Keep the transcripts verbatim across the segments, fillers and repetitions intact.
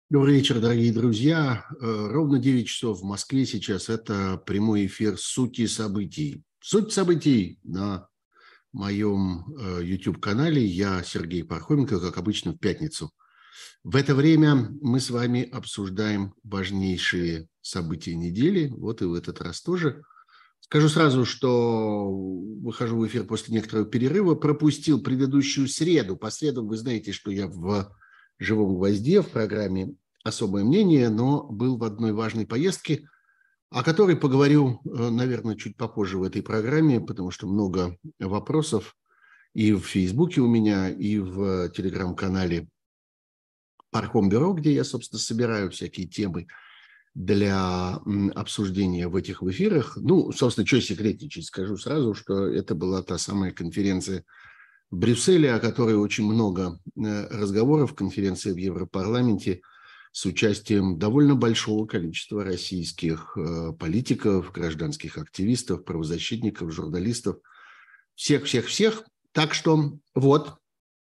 Добрый вечер, дорогие друзья. Э, Ровно девять часов в Москве сейчас. Это прямой эфир «Сути событий». Суть событий на моем э, YouTube-канале. Я Сергей Пархоменко, как обычно, в пятницу. В это время мы с вами обсуждаем важнейшие события недели. Вот и в этот раз тоже. Скажу сразу, что выхожу в эфир после некоторого перерыва. Пропустил предыдущую среду. По средам вы знаете, что я в «Живом гвозде» в программе «Особое мнение», но был в одной важной поездке, о которой поговорю, наверное, чуть попозже в этой программе, потому что много вопросов и в Фейсбуке у меня, и в Телеграм-канале Пархом-бюро, где я, собственно, собираю всякие темы для обсуждения в этих эфирах. Ну, собственно, что секретничать, скажу сразу, что это была та самая конференция в Брюсселе, о которой очень много разговоров, конференция в Европарламенте с участием довольно большого количества российских политиков, гражданских активистов, правозащитников, журналистов, всех-всех-всех. Так что вот,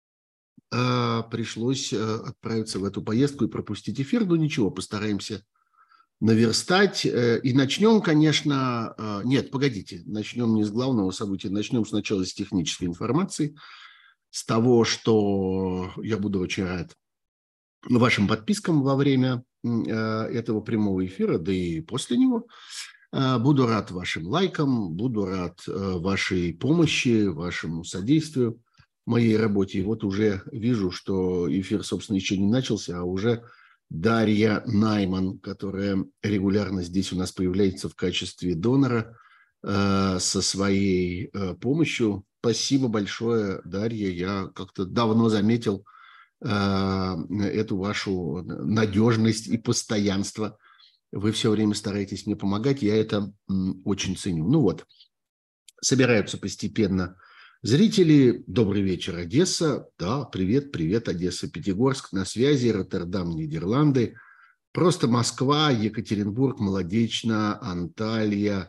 пришлось отправиться в эту поездку и пропустить эфир, но ничего, постараемся наверстать. И начнем, конечно... Нет, погодите, начнем не с главного события, начнем сначала с технической информации, с того, что я буду очень рад вашим подпискам во время этого прямого эфира, да и после него. Буду рад вашим лайкам, буду рад вашей помощи, вашему содействию моей работе. И вот уже вижу, что эфир, собственно, еще не начался, а уже Дарья Найман, которая регулярно здесь у нас появляется в качестве донора э, со своей э, помощью. Спасибо большое, Дарья. Я как-то давно заметил э, эту вашу надежность и постоянство. Вы все время стараетесь мне помогать, я это м, очень ценю. Ну вот, собираются постепенно зрители. Добрый вечер, Одесса. Да, привет, привет, Одесса, Пятигорск на связи, Роттердам, Нидерланды. Просто Москва, Екатеринбург, Молодечно, Анталья,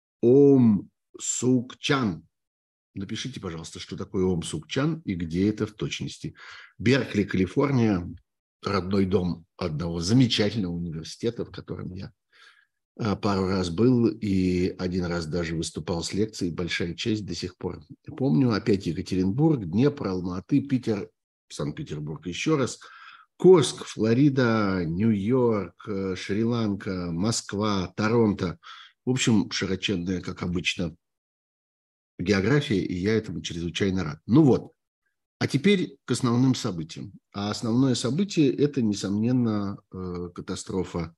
Ом-Сук-Чан. Напишите, пожалуйста, что такое Ом-Сук-Чан и где это в точности. Беркли, Калифорния, родной дом одного замечательного университета, в котором я пару раз был и один раз даже выступал с лекцией. Большая честь до сих пор помню. Опять Екатеринбург, Днепр, Алма-Аты, Питер, Санкт-Петербург еще раз, Курск, Флорида, Нью-Йорк, Шри-Ланка, Москва, Торонто. В общем, широченная, как обычно, география, и я этому чрезвычайно рад. Ну вот, а теперь к основным событиям. А основное событие – это, несомненно, катастрофа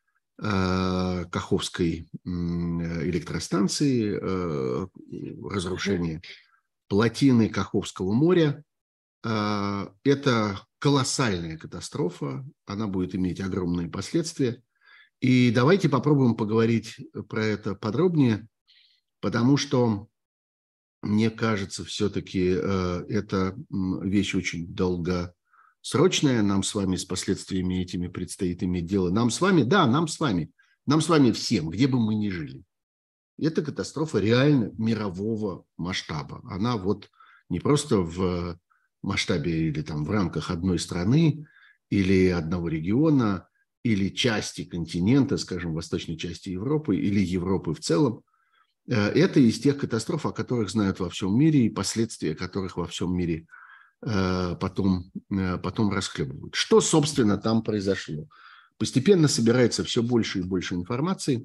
Каховской электростанции, разрушение плотины Каховского моря. Это колоссальная катастрофа, она будет иметь огромные последствия. И давайте попробуем поговорить про это подробнее, потому что, мне кажется, все-таки эта вещь очень долгосрочная. Нам с вами с последствиями этими предстоит иметь дело. Нам с вами, да, нам с вами, нам с вами всем, где бы мы ни жили. Это катастрофа реально мирового масштаба. Она вот не просто в масштабе или там в рамках одной страны или одного региона, или части континента, скажем, восточной части Европы или Европы в целом. Это из тех катастроф, о которых знают во всем мире и последствия которых во всем мире потом, потом расхлебывают. Что, собственно, там произошло? Постепенно собирается все больше и больше информации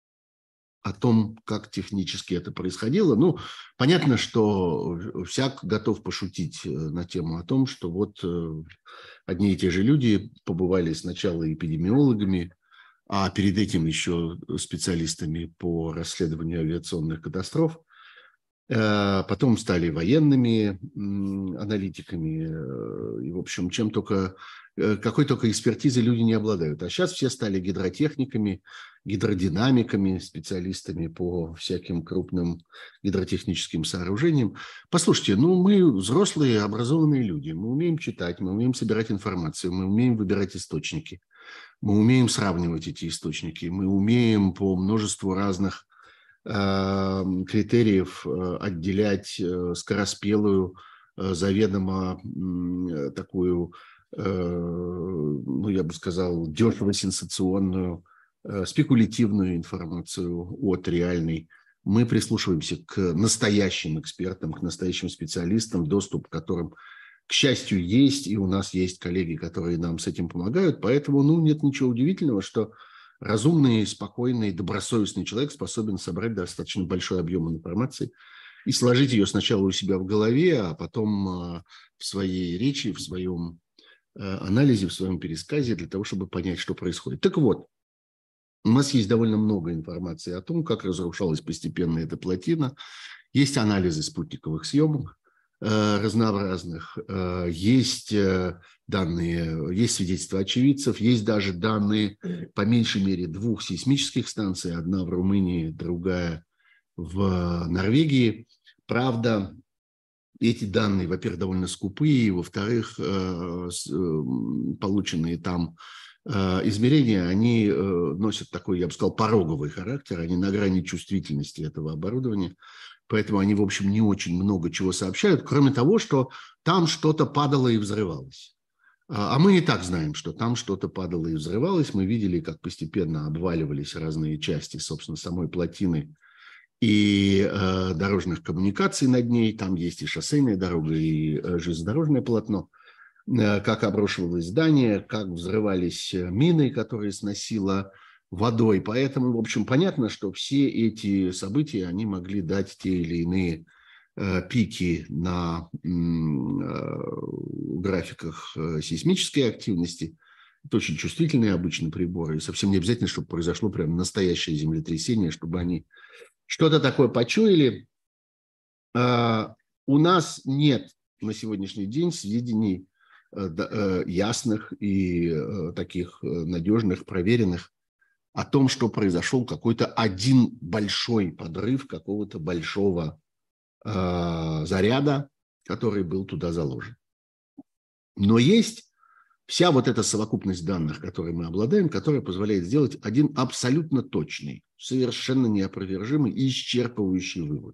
о том, как технически это происходило. Ну, понятно, что всяк готов пошутить на тему о том, что вот одни и те же люди побывали сначала эпидемиологами, а перед этим еще специалистами по расследованию авиационных катастроф, потом стали военными аналитиками, и, в общем, чем только, какой только экспертизой люди не обладают. А сейчас все стали гидротехниками, гидродинамиками, специалистами по всяким крупным гидротехническим сооружениям. Послушайте, ну мы взрослые, образованные люди, мы умеем читать, мы умеем собирать информацию, мы умеем выбирать источники, мы умеем сравнивать эти источники, мы умеем по множеству разных критериев отделять скороспелую, заведомо такую ну, я бы сказал, дешево-сенсационную, спекулятивную информацию от реальной. Мы прислушиваемся к настоящим экспертам, к настоящим специалистам, доступ к которым, к счастью, есть, и у нас есть коллеги, которые нам с этим помогают. Поэтому, ну, нет ничего удивительного, что разумный, спокойный, добросовестный человек способен собрать достаточно большой объем информации и сложить ее сначала у себя в голове, а потом в своей речи, в своем анализе, в своем пересказе для того, чтобы понять, что происходит. Так вот, у нас есть довольно много информации о том, как разрушалась постепенно эта плотина. Есть анализы спутниковых съемок э, разнообразных, э, есть э, данные, есть свидетельства очевидцев, есть даже данные по меньшей мере двух сейсмических станций, одна в Румынии, другая в Норвегии. Правда, эти данные, во-первых, довольно скупые, во-вторых, э, э, полученные там измерения, они носят такой, я бы сказал, пороговый характер, они на грани чувствительности этого оборудования, поэтому они, в общем, не очень много чего сообщают, кроме того, что там что-то падало и взрывалось. А мы и так знаем, что там что-то падало и взрывалось. Мы видели, как постепенно обваливались разные части, собственно, самой плотины и э, дорожных коммуникаций над ней. Там есть и шоссейная дорога, и э, железнодорожное полотно. Как обрушивалось здание, как взрывались мины, которые сносило водой. Поэтому, в общем, понятно, что все эти события, они могли дать те или иные э, пики на э, графиках сейсмической активности. Это очень чувствительные обычно приборы. И совсем не обязательно, чтобы произошло прям настоящее землетрясение, чтобы они что-то такое почуяли. Э, у нас нет на сегодняшний день сведений ясных и таких надежных, проверенных о том, что произошел какой-то один большой подрыв какого-то большого э, заряда, который был туда заложен. Но есть вся вот эта совокупность данных, которой мы обладаем, которая позволяет сделать один абсолютно точный, совершенно неопровержимый и исчерпывающий вывод.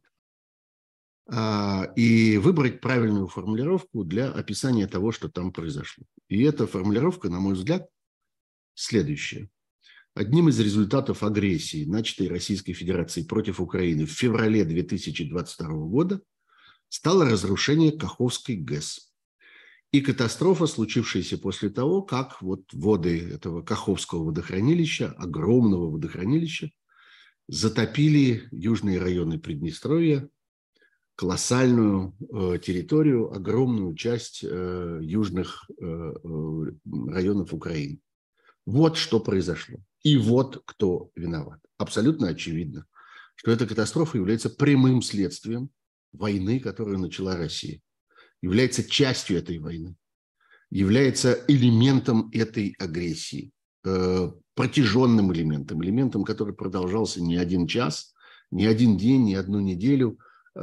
И выбрать правильную формулировку для описания того, что там произошло. И эта формулировка, на мой взгляд, следующая. Одним из результатов агрессии, начатой Российской Федерацией против Украины в феврале две тысячи двадцать второго года, стало разрушение Каховской ГЭС. И катастрофа, случившаяся после того, как вот воды этого Каховского водохранилища, огромного водохранилища, затопили южные районы Приднестровья, колоссальную э, территорию, огромную часть э, южных э, районов Украины. Вот что произошло. И вот кто виноват. Абсолютно очевидно, что эта катастрофа является прямым следствием войны, которую начала Россия. Является частью этой войны. Является элементом этой агрессии. Э, протяженным элементом. Элементом, который продолжался не один час, не один день, не одну неделю.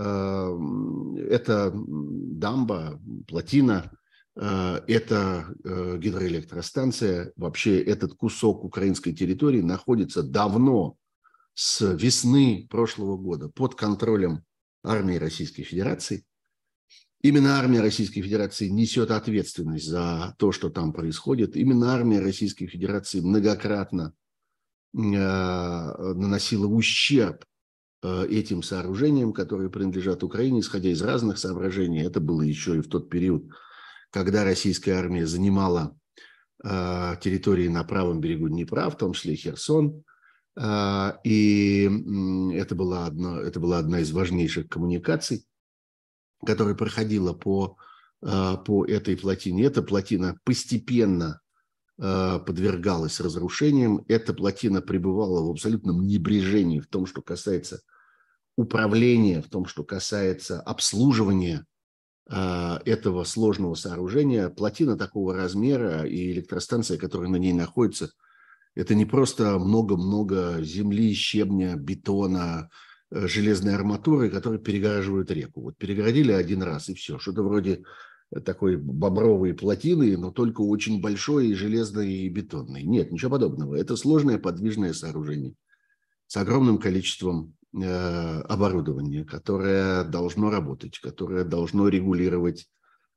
Это дамба, плотина, это гидроэлектростанция. Вообще этот кусок украинской территории находится давно, с весны прошлого года, под контролем армии Российской Федерации. Именно армия Российской Федерации несет ответственность за то, что там происходит. Именно армия Российской Федерации многократно наносила ущерб этим сооружениям, которые принадлежат Украине, исходя из разных соображений. Это было еще и в тот период, когда российская армия занимала э, территории на правом берегу Днепра, в том числе Херсон. Э, и э, это, была одна, это была одна из важнейших коммуникаций, которая проходила по, э, по этой плотине. Эта плотина постепенно э, подвергалась разрушениям. Эта плотина пребывала в абсолютном небрежении в том, что касается управления, в том, что касается обслуживания э, этого сложного сооружения. Плотина такого размера и электростанция, которая на ней находится, это не просто много-много земли, щебня, бетона, э, железной арматуры, которые перегораживают реку. Вот перегородили один раз и все. Что-то вроде такой бобровой плотины, но только очень большой и железной и бетонной. Нет, ничего подобного. Это сложное подвижное сооружение с огромным количеством оборудование, которое должно работать, которое должно регулировать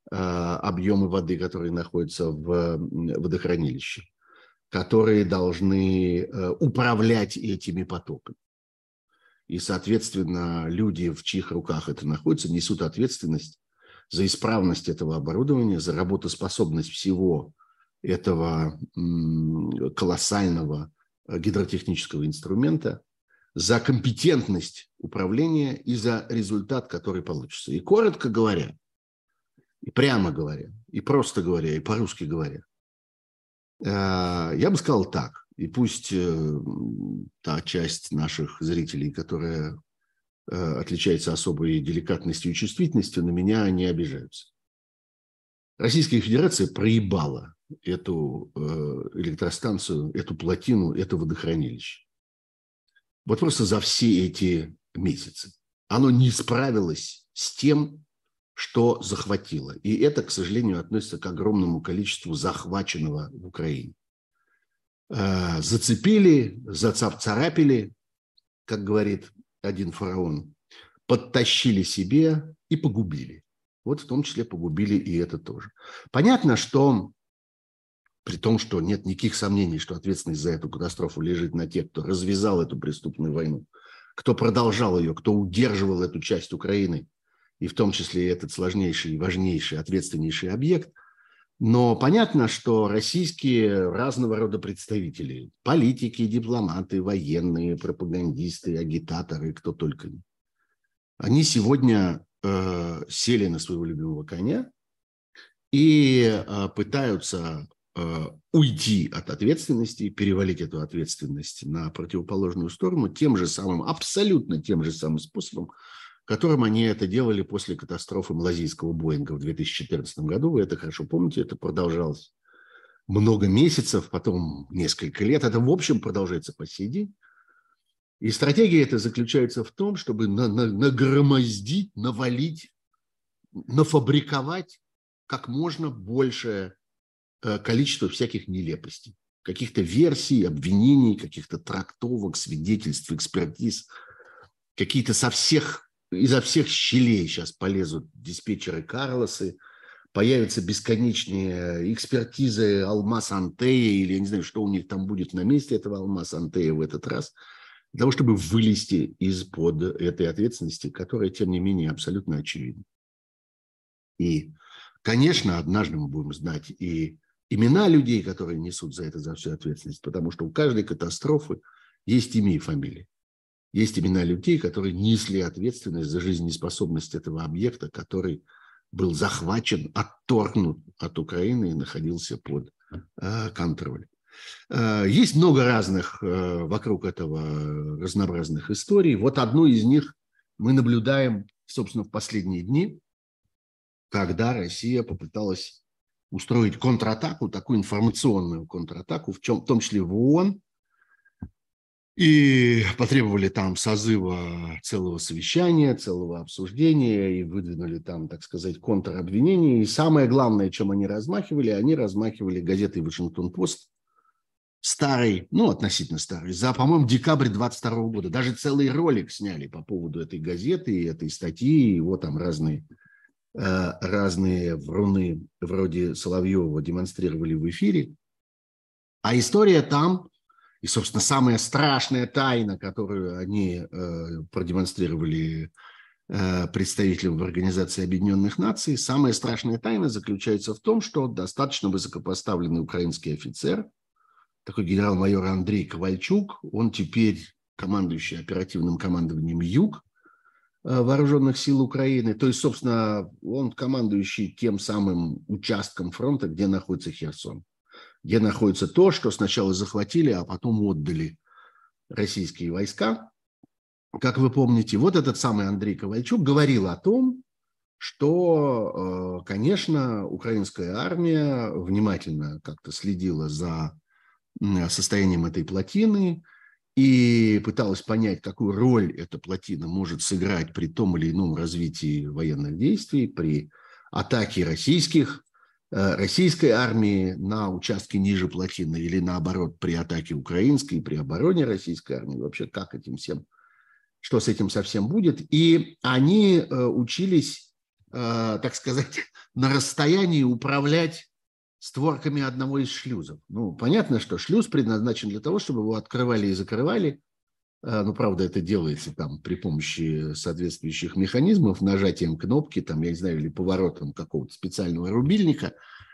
объемы воды, которые находятся в водохранилище, которые должны управлять этими потоками. И, соответственно, люди, в чьих руках это находится, несут ответственность за исправность этого оборудования, за работоспособность всего этого колоссального гидротехнического инструмента, за компетентность управления и за результат, который получится. И коротко говоря, и прямо говоря, и просто говоря, и по-русски говоря, я бы сказал так, и пусть та часть наших зрителей, которая отличается особой деликатностью и чувствительностью, на меня не обижаются. Российская Федерация проебала эту электростанцию, эту плотину, это водохранилище. Вот просто за все эти месяцы. Оно не справилось с тем, что захватило. И это, к сожалению, относится к огромному количеству захваченного в Украине. Зацепили, зацапцарапили, как говорит один фараон, подтащили себе и погубили. Вот в том числе погубили и это тоже. Понятно, что при том, что нет никаких сомнений, что ответственность за эту катастрофу лежит на тех, кто развязал эту преступную войну, кто продолжал ее, кто удерживал эту часть Украины, и в том числе и этот сложнейший, важнейший, ответственнейший объект. Но понятно, что российские разного рода представители, политики, дипломаты, военные, пропагандисты, агитаторы, кто только не, они сегодня э, сели на своего любимого коня и э, пытаются э, уйти от ответственности, перевалить эту ответственность на противоположную сторону тем же самым, абсолютно тем же самым способом, которым они это делали после катастрофы малазийского Боинга в две тысячи четырнадцатом году. Вы это хорошо помните, это продолжалось много месяцев, потом несколько лет. Это, в общем, продолжается по сей день. И стратегия эта заключается в том, чтобы на, на, нагромоздить, навалить, нафабриковать как можно большее количество всяких нелепостей, каких-то версий, обвинений, каких-то трактовок, свидетельств, экспертиз, какие-то со всех изо всех щелей сейчас полезут диспетчеры Карлосы, появятся бесконечные экспертизы Алмаз Антея, или я не знаю, что у них там будет на месте этого Алмаз Антея в этот раз, для того, чтобы вылезти из-под этой ответственности, которая, тем не менее, абсолютно очевидна. И, конечно, однажды мы будем знать и имена людей, которые несут за это, за всю ответственность, потому что у каждой катастрофы есть имя и фамилия. Есть имена людей, которые несли ответственность за жизнеспособность этого объекта, который был захвачен, отторгнут от Украины и находился под э, контролем. Э, есть много разных э, вокруг этого разнообразных историй. Вот одну из них мы наблюдаем, собственно, в последние дни, когда Россия попыталась устроить контратаку, такую информационную контратаку, в, чем, в том числе в ООН, и потребовали там созыва целого совещания, целого обсуждения, и выдвинули там, так сказать, контробвинения. И самое главное, чем они размахивали, они размахивали газетой «Вашингтон-Пост», старый, ну, относительно старый, за, по-моему, декабрь двадцать второго года. Даже целый ролик сняли по поводу этой газеты и этой статьи. Его там разные, э, разные вруны вроде Соловьева демонстрировали в эфире. А история там... И, собственно, самая страшная тайна, которую они э, продемонстрировали э, представителям в Организации Объединенных Наций, самая страшная тайна заключается в том, что достаточно высокопоставленный украинский офицер, такой генерал-майор Андрей Ковальчук, он теперь командующий оперативным командованием Юг э, Вооруженных сил Украины, то есть, собственно, он командующий тем самым участком фронта, где находится Херсон, где находится то, что сначала захватили, а потом отдали российские войска. Как вы помните, вот этот самый Андрей Ковальчук говорил о том, что, конечно, украинская армия внимательно как-то следила за состоянием этой плотины и пыталась понять, какую роль эта плотина может сыграть при том или ином развитии военных действий, при атаке российских российской армии на участке ниже плотины или наоборот при атаке украинской, при обороне российской армии, вообще как этим всем, что с этим совсем будет. И они учились так сказать, на расстоянии управлять створками одного из шлюзов. Ну, понятно, что шлюз предназначен для того, чтобы его открывали и закрывали. Ну, правда, это делается там при помощи соответствующих механизмов, нажатием кнопки, там, я не знаю, или поворотом какого-то специального рубильника.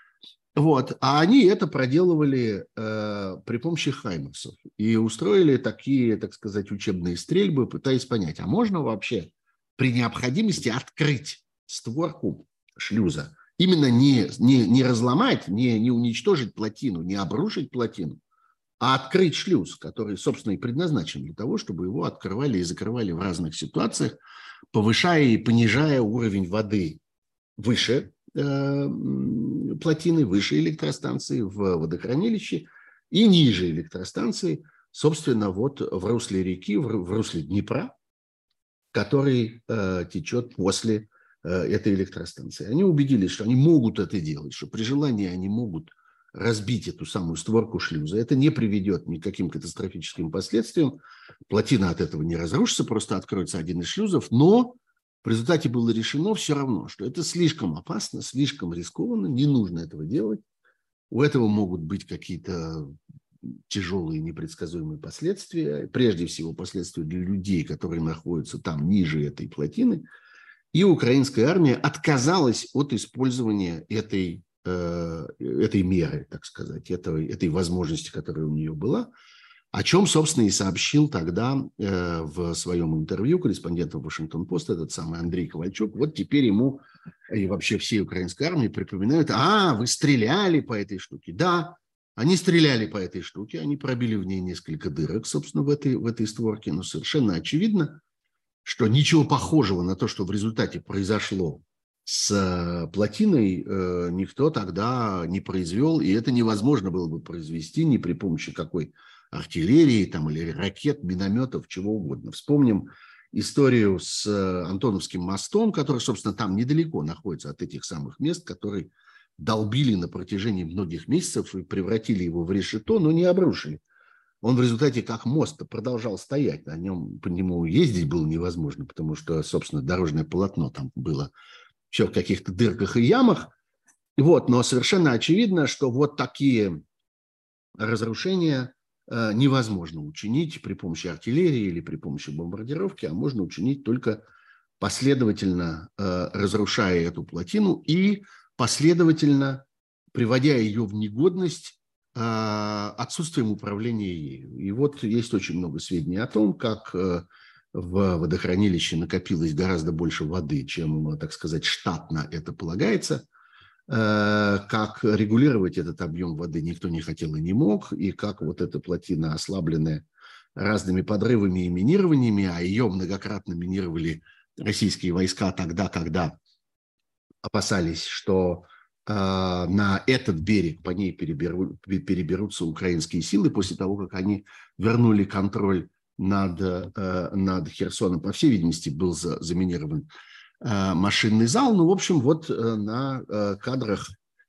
Вот. А они это проделывали э, при помощи хаймерсов и устроили такие, так сказать, учебные стрельбы, пытаясь понять, а можно вообще при необходимости открыть створку шлюза? Именно не, не, не разломать, не, не уничтожить плотину, не обрушить плотину, а открыть шлюз, который, собственно, и предназначен для того, чтобы его открывали и закрывали в разных ситуациях, повышая и понижая уровень воды выше э, плотины, выше электростанции в водохранилище и ниже электростанции, собственно, вот в русле реки, в, в русле Днепра, который э, течет после э, этой электростанции. Они убедились, что они могут это делать, что при желании они могут разбить эту самую створку шлюза. Это не приведет ни к каким катастрофическим последствиям. Плотина от этого не разрушится, просто откроется один из шлюзов. Но в результате было решено все равно, что это слишком опасно, слишком рискованно, не нужно этого делать. У этого могут быть какие-то тяжелые непредсказуемые последствия. Прежде всего, последствия для людей, которые находятся там ниже этой плотины. И украинская армия отказалась от использования этой этой меры, так сказать, этой, этой возможности, которая у нее была, о чем, собственно, и сообщил тогда э, в своем интервью корреспонденту Вашингтон-Пост этот самый Андрей Ковальчук. Вот теперь ему и вообще всей украинской армии припоминают: а, вы стреляли по этой штуке. Да, они стреляли по этой штуке, они пробили в ней несколько дырок, собственно, в этой, в этой створке, но совершенно очевидно, что ничего похожего на то, что в результате произошло с плотиной, э, никто тогда не произвел, и это невозможно было бы произвести ни при помощи какой артиллерии там, или ракет, минометов, чего угодно. Вспомним историю с Антоновским мостом, который, собственно, там недалеко находится от этих самых мест, которые долбили на протяжении многих месяцев и превратили его в решето, но не обрушили. Он в результате, как мост, продолжал стоять. На нем, по нему ездить было невозможно, потому что, собственно, дорожное полотно там было все в каких-то дырках и ямах. Вот, но совершенно очевидно, что вот такие разрушения э, невозможно учинить при помощи артиллерии или при помощи бомбардировки, а можно учинить только последовательно э, разрушая эту плотину и последовательно приводя ее в негодность э, отсутствием управления ею. И вот есть очень много сведений о том, как э, в водохранилище накопилось гораздо больше воды, чем, так сказать, штатно это полагается. Как регулировать этот объем воды никто не хотел и не мог, и как вот эта плотина, ослабленная разными подрывами и минированиями, а ее многократно минировали российские войска тогда, когда опасались, что э, на этот берег по ней переберу, переберутся украинские силы после того, как они вернули контроль над, э, над Херсоном. По всей видимости, был за, заминирован э, машинный зал. Ну, в общем, вот э, на э, кадрах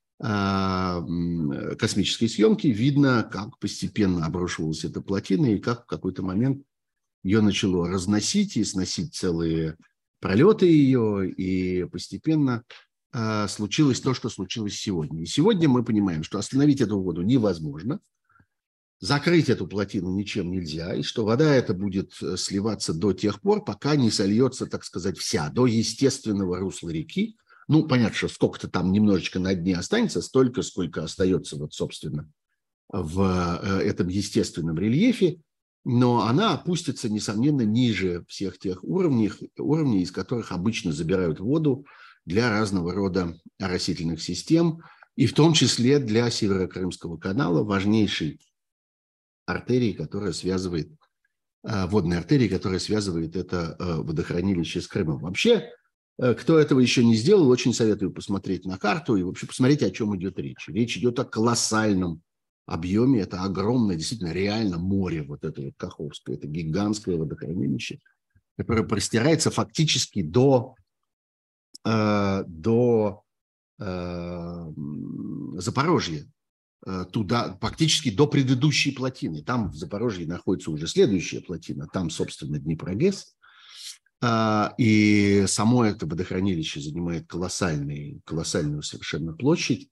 э, космической съемки видно, как постепенно обрушивалась эта плотина и как в какой-то момент ее начало разносить и сносить целые пролеты ее, и постепенно э, случилось то, что случилось сегодня. И сегодня мы понимаем, что остановить эту воду невозможно, закрыть эту плотину ничем нельзя, и что вода эта будет сливаться до тех пор, пока не сольется, так сказать, вся, до естественного русла реки. Ну, понятно, что сколько-то там немножечко на дне останется, столько, сколько остается, вот, собственно, в этом естественном рельефе, но она опустится, несомненно, ниже всех тех уровней, уровней, из которых обычно забирают воду для разного рода оросительных систем, и в том числе для Северо-Крымского канала, важнейшей артерии, которая связывает, водной артерии, которая связывает это водохранилище с Крымом. Вообще, кто этого еще не сделал, очень советую посмотреть на карту и вообще посмотреть, о чем идет речь. Речь идет о колоссальном объеме, это огромное, действительно, реально море, вот это вот Каховское, это гигантское водохранилище, которое простирается фактически до, э, до э, Запорожья, э, туда, фактически до предыдущей плотины. Там в Запорожье находится уже следующая плотина, там, собственно, Днепрогэс. И само это водохранилище занимает колоссальный, колоссальную совершенно площадь.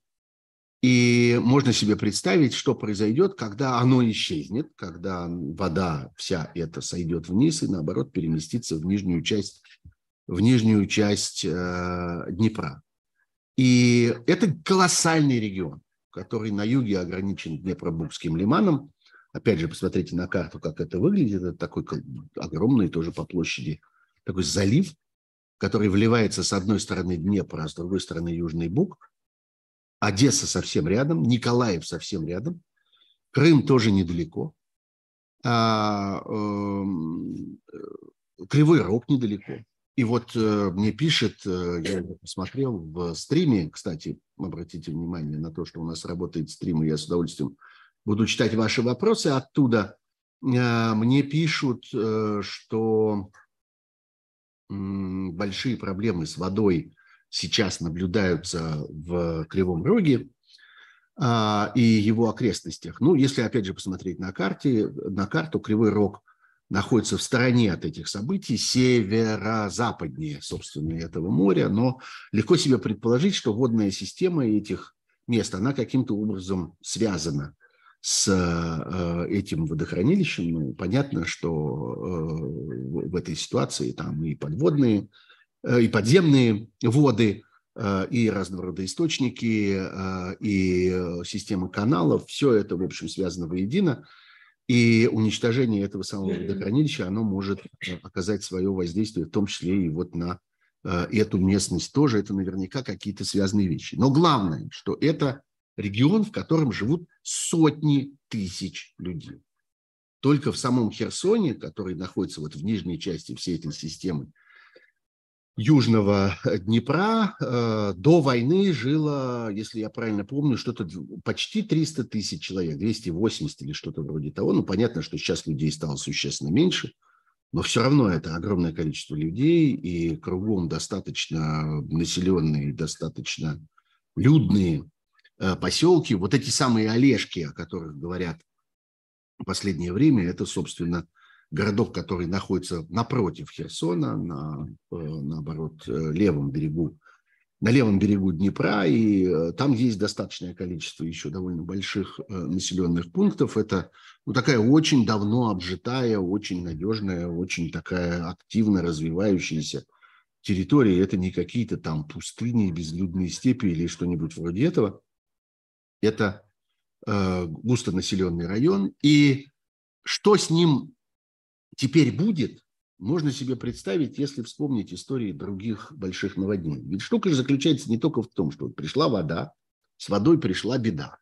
И можно себе представить, что произойдет, когда оно исчезнет, когда вода вся эта сойдет вниз и, наоборот, переместится в нижнюю часть, в нижнюю часть э, Днепра. И это колоссальный регион, который на юге ограничен Днепробургским лиманом. Опять же, посмотрите на карту, как это выглядит. Это такой огромный тоже по площади такой залив, который вливается с одной стороны Днепра, а с другой стороны Южный Буг. Одесса совсем рядом, Николаев совсем рядом, Крым тоже недалеко, а, э, Кривой Рог недалеко. И вот э, мне пишет, э, я посмотрел в стриме, кстати, обратите внимание на то, что у нас работает стрим, и я с удовольствием буду читать ваши вопросы оттуда. Э, мне пишут, э, что э, большие проблемы с водой сейчас наблюдаются в Кривом Роге а, и его окрестностях. Ну, если, опять же, посмотреть на карте, на карту, Кривой Рог находится в стороне от этих событий, северо-западнее, собственно, этого моря, но легко себе предположить, что водная система этих мест, она каким-то образом связана с э, этим водохранилищем. Ну, понятно, что э, в этой ситуации там и подводные, и подземные воды, и разного рода источники, и системы каналов, все это, в общем, связано воедино, и уничтожение этого самого водохранилища, оно может оказать свое воздействие, в том числе и вот на эту местность тоже, это наверняка какие-то связанные вещи. Но главное, что это регион, в котором живут сотни тысяч людей. Только в самом Херсоне, который находится вот в нижней части всей этой системы, Южного Днепра э, до войны жило, если я правильно помню, что-то почти триста тысяч человек, двести восемьдесят или что-то вроде того. Ну, понятно, что сейчас людей стало существенно меньше, но все равно это огромное количество людей, и кругом достаточно населенные, достаточно людные э, поселки. Вот эти самые Олежки, о которых говорят в последнее время, это, собственно, городок, который находится напротив Херсона, на, наоборот, левом берегу, на левом берегу Днепра, и там есть достаточное количество еще довольно больших населенных пунктов. Это ну, такая очень давно обжитая, очень надежная, очень такая активно развивающаяся территория. Это не какие-то там пустыни, безлюдные степи или что-нибудь вроде этого. Это э, густонаселенный район. И что с ним теперь будет, можно себе представить, если вспомнить истории других больших наводнений. Ведь штука же заключается не только в том, что вот пришла вода, с водой пришла беда.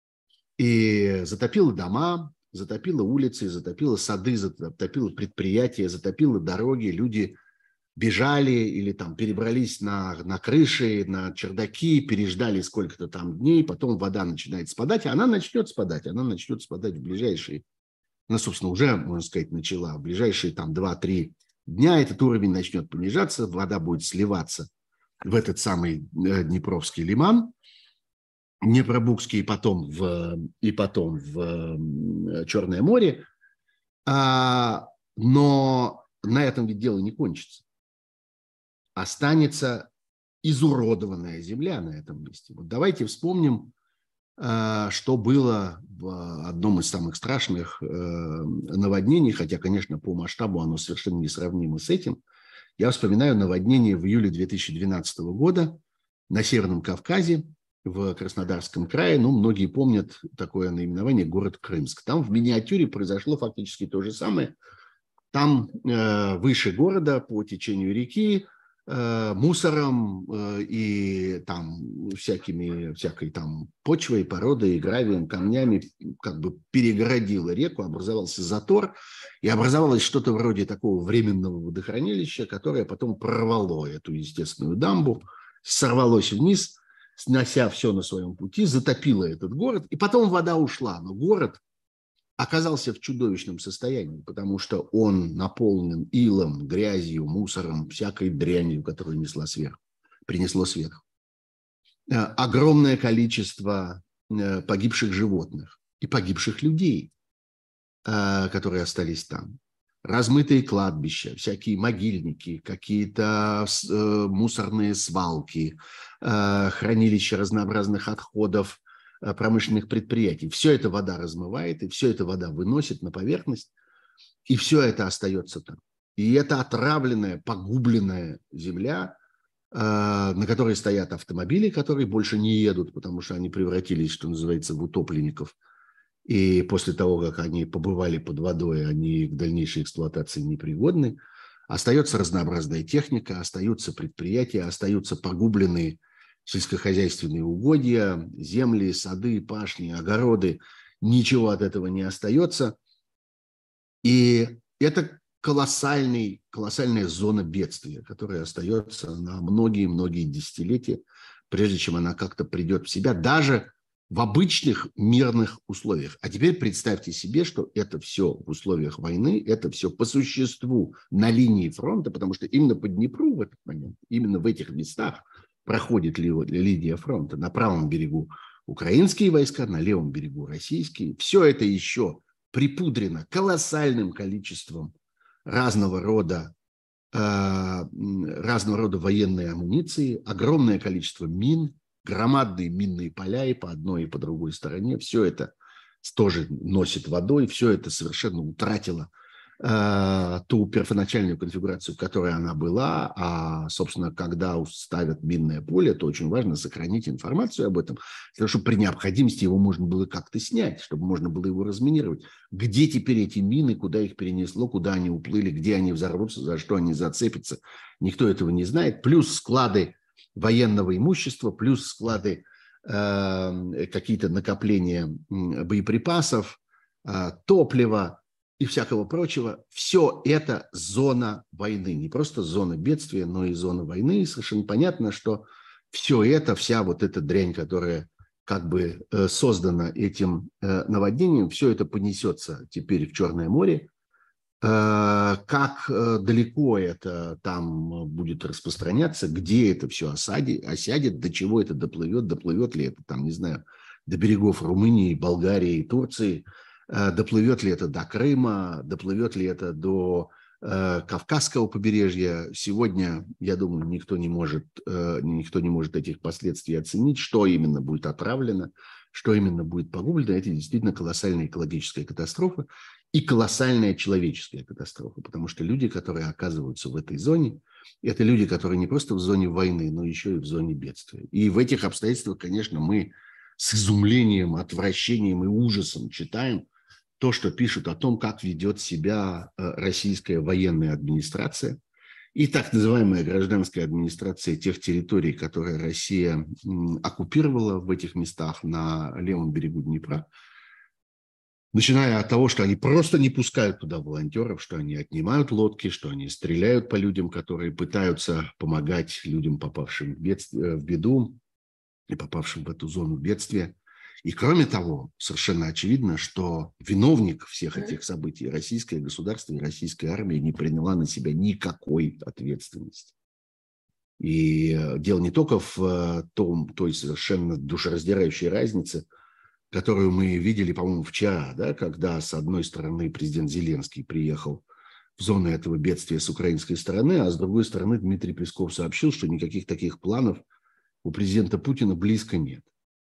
И затопила дома, затопила улицы, затопила сады, затопила предприятия, затопила дороги. Люди бежали или там перебрались на, на крыши, на чердаки, переждали сколько-то там дней, потом вода начинает спадать, а она начнет спадать, она начнет спадать в ближайшие она, собственно, уже, можно сказать, начала. В ближайшие там два-три дня этот уровень начнет понижаться, вода будет сливаться в этот самый Днепровский лиман, Днепробургский и потом в, и потом в Черное море. А, но на этом ведь дело не кончится. Останется изуродованная земля на этом месте. Вот давайте вспомним, что было в одном из самых страшных наводнений, хотя, конечно, по масштабу оно совершенно несравнимо с этим. Я вспоминаю наводнение в июле две тысячи двенадцатого года на Северном Кавказе, в Краснодарском крае. Ну, многие помнят такое наименование город Крымск. Там в миниатюре произошло фактически то же самое. Там э, выше города по течению реки мусором и там всякими, всякой там почвой, породой, гравием, камнями как бы перегородила реку, образовался затор, и образовалось что-то вроде такого временного водохранилища, которое потом прорвало эту естественную дамбу, сорвалось вниз, снося все на своем пути, затопило этот город, и потом вода ушла, но город оказался в чудовищном состоянии, потому что он наполнен илом, грязью, мусором, всякой дрянью, которую несла сверху, принесло сверху. Огромное количество погибших животных и погибших людей, которые остались там. размытые кладбища, всякие могильники, какие-то э, мусорные свалки, э, хранилища разнообразных отходов э, промышленных предприятий. Все это вода размывает, и все это вода выносит на поверхность, и все это остается там. И это отравленная, погубленная земля, э, на которой стоят автомобили, которые больше не едут, потому что они превратились, что называется, в утопленников. И после того, как они побывали под водой, они к дальнейшей эксплуатации непригодны. Остается разнообразная техника, остаются предприятия, остаются погубленные сельскохозяйственные угодья, земли, сады, пашни, огороды. Ничего от этого не остается. И это колоссальный, колоссальная зона бедствия, которая остается на многие-многие десятилетия, прежде чем она как-то придет в себя, даже в обычных мирных условиях. А теперь представьте себе, что это все в условиях войны, это все по существу на линии фронта, потому что именно по Днепру в этот момент, именно в этих местах проходит линия фронта. На правом берегу украинские войска, на левом берегу российские. Все это еще припудрено колоссальным количеством разного рода, э, разного рода военной амуниции, огромное количество мин, громадные минные поля и по одной, и по другой стороне. Все это тоже носит водой, все это совершенно утратило э, ту первоначальную конфигурацию, в которой она была. А, собственно, когда ставят минное поле, то очень важно сохранить информацию об этом, для того, чтобы при необходимости его можно было как-то снять, чтобы можно было его разминировать. Где теперь эти мины, куда их перенесло, куда они уплыли, где они взорвутся, за что они зацепятся, никто этого не знает. Плюс склады военного имущества, плюс склады, э, какие-то накопления боеприпасов, э, топлива и всякого прочего. Все это зона войны. Не просто зона бедствия, но и зона войны. И совершенно понятно, что все это, вся вот эта дрянь, которая как бы э, создана этим э, наводнением, все это понесется теперь в Черное море. Как далеко это там будет распространяться, где это все осадит, осядет, до чего это доплывет, доплывет ли это там, не знаю, до берегов Румынии, Болгарии, Турции, доплывет ли это до Крыма, доплывет ли это до Кавказского побережья. Сегодня, я думаю, никто не может, никто не может этих последствий оценить, что именно будет отравлено, что именно будет погублено. Это действительно колоссальная экологическая катастрофа и колоссальная человеческая катастрофа, потому что люди, которые оказываются в этой зоне, это люди, которые не просто в зоне войны, но еще и в зоне бедствия. И в этих обстоятельствах, конечно, мы с изумлением, отвращением и ужасом читаем то, что пишут о том, как ведет себя российская военная администрация и так называемая гражданская администрация тех территорий, которые Россия оккупировала в этих местах на левом берегу Днепра. Начиная от того, что они просто не пускают туда волонтеров, что они отнимают лодки, что они стреляют по людям, которые пытаются помогать людям, попавшим в, бедствие, в беду и попавшим в эту зону бедствия. И кроме того, совершенно очевидно, что виновник всех этих событий, российское государство и российская армия, не приняла на себя никакой ответственности. И дело не только в том, той совершенно душераздирающей разнице, которую мы видели, по-моему, вчера, да, когда, с одной стороны, президент Зеленский приехал в зону этого бедствия с украинской стороны, а с другой стороны, Дмитрий Песков сообщил, что никаких таких планов у президента Путина близко нет.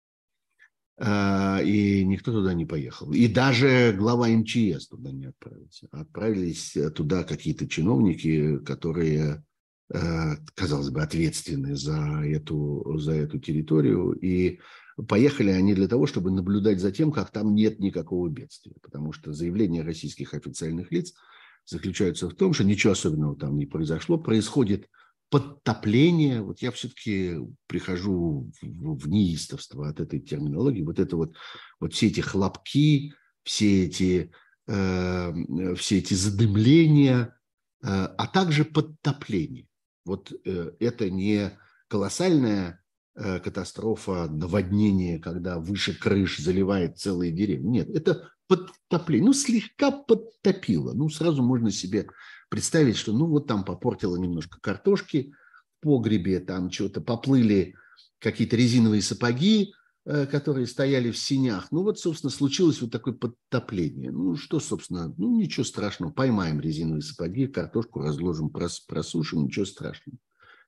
И никто туда не поехал. И даже глава эм че эс туда не отправился. Отправились туда какие-то чиновники, которые, казалось бы, ответственны за эту, за эту территорию. И поехали они для того, чтобы наблюдать за тем, как там нет никакого бедствия. Потому что заявления российских официальных лиц заключаются в том, что ничего особенного там не произошло. Происходит подтопление. Вот я все-таки прихожу в, в неистовство от этой терминологии. Вот это вот, вот все эти хлопки, все эти, э, все эти задымления, э, а также подтопление. Вот э, это не колоссальная катастрофа, наводнение, когда выше крыш заливает целые деревни. Нет, это подтопление. Ну, слегка подтопило. Ну, сразу можно себе представить, что ну вот там попортило немножко картошки в погребе, там что-то поплыли какие-то резиновые сапоги которые стояли в сенях. Ну вот, собственно, случилось вот такое подтопление. Ну что, собственно, ну ничего страшного. Поймаем резиновые сапоги, картошку разложим, просушим, ничего страшного.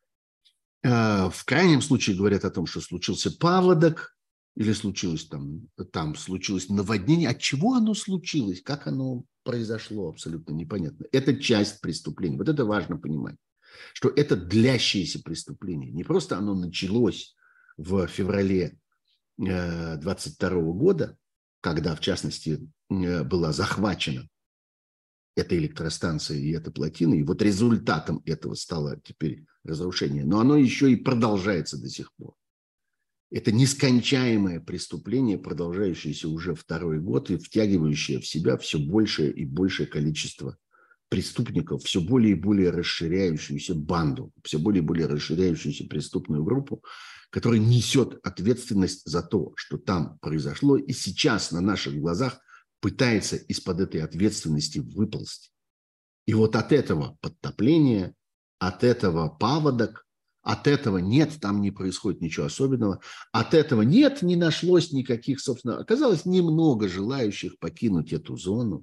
В крайнем случае говорят о том, что случился паводок, или случилось там, там случилось наводнение. От чего оно случилось? Как оно произошло? Абсолютно непонятно. Это часть преступления. Вот это важно понимать, что это длящееся преступление. Не просто оно началось в феврале двадцать второго года, когда, в частности, была захвачена эта электростанция и эта плотина, и вот результатом этого стало теперь разрушение. Но оно еще и продолжается до сих пор. Это нескончаемое преступление, продолжающееся уже второй год и втягивающее в себя все большее и большее количество преступников, все более и более расширяющуюся банду, все более и более расширяющуюся преступную группу, которая несет ответственность за то, что там произошло, и сейчас на наших глазах пытается из-под этой ответственности выползти. И вот от этого подтопления, от этого паводок, от этого нет, там не происходит ничего особенного. От этого нет, не нашлось никаких, собственно, оказалось немного желающих покинуть эту зону.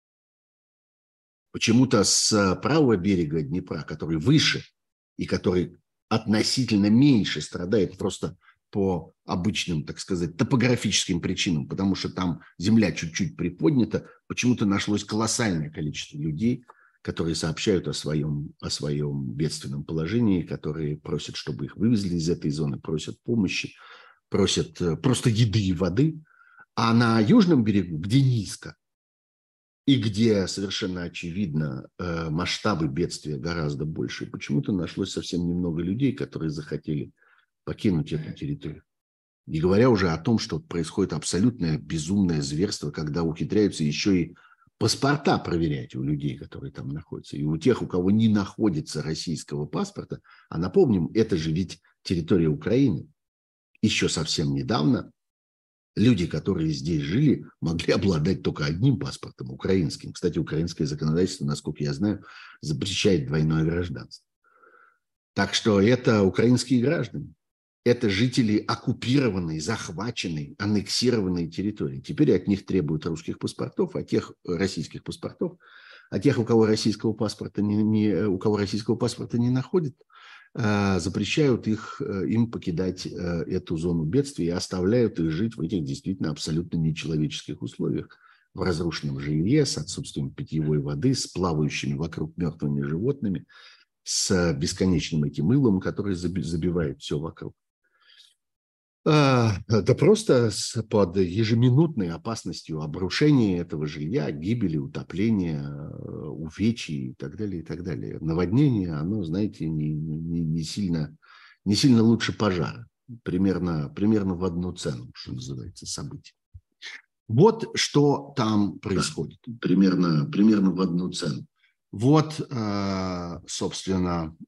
Почему-то с правого берега Днепра, который выше и который относительно меньше страдает просто по обычным, так сказать, топографическим причинам, потому что там земля чуть-чуть приподнята, почему-то нашлось колоссальное количество людей, которые сообщают о своем, о своем бедственном положении, которые просят, чтобы их вывезли из этой зоны, просят помощи, просят просто еды и воды. А на южном берегу, где низко, и где совершенно очевидно масштабы бедствия гораздо больше, почему-то нашлось совсем немного людей, которые захотели покинуть эту территорию. Не говоря уже о том, что происходит абсолютное безумное зверство, когда ухитряются еще и паспорта проверять у людей, которые там находятся. И у тех, у кого не находится российского паспорта, а напомним, это же ведь территория Украины. Еще совсем недавно люди, которые здесь жили, могли обладать только одним паспортом, украинским. Кстати, украинское законодательство, насколько я знаю, запрещает двойное гражданство. Так что это украинские граждане. Это жители оккупированной, захваченной, аннексированной территории. Теперь от них требуют русских паспортов, а тех российских паспортов, а тех, у кого российского паспорта не, не, у кого российского паспорта не находят, запрещают их, им покидать эту зону бедствия и оставляют их жить в этих действительно абсолютно нечеловеческих условиях. В разрушенном жилье, с отсутствием питьевой воды, с плавающими вокруг мертвыми животными, с бесконечным этим мылом, который забивает все вокруг. Да просто под ежеминутной опасностью обрушения этого жилья, гибели, утопления, увечий и так далее, и так далее. Наводнение, оно, знаете, не, не, не, сильно, не сильно лучше пожара. Примерно, примерно в одну цену, что называется, событие. Вот что там происходит. Примерно, примерно в одну цену. Вот, собственно,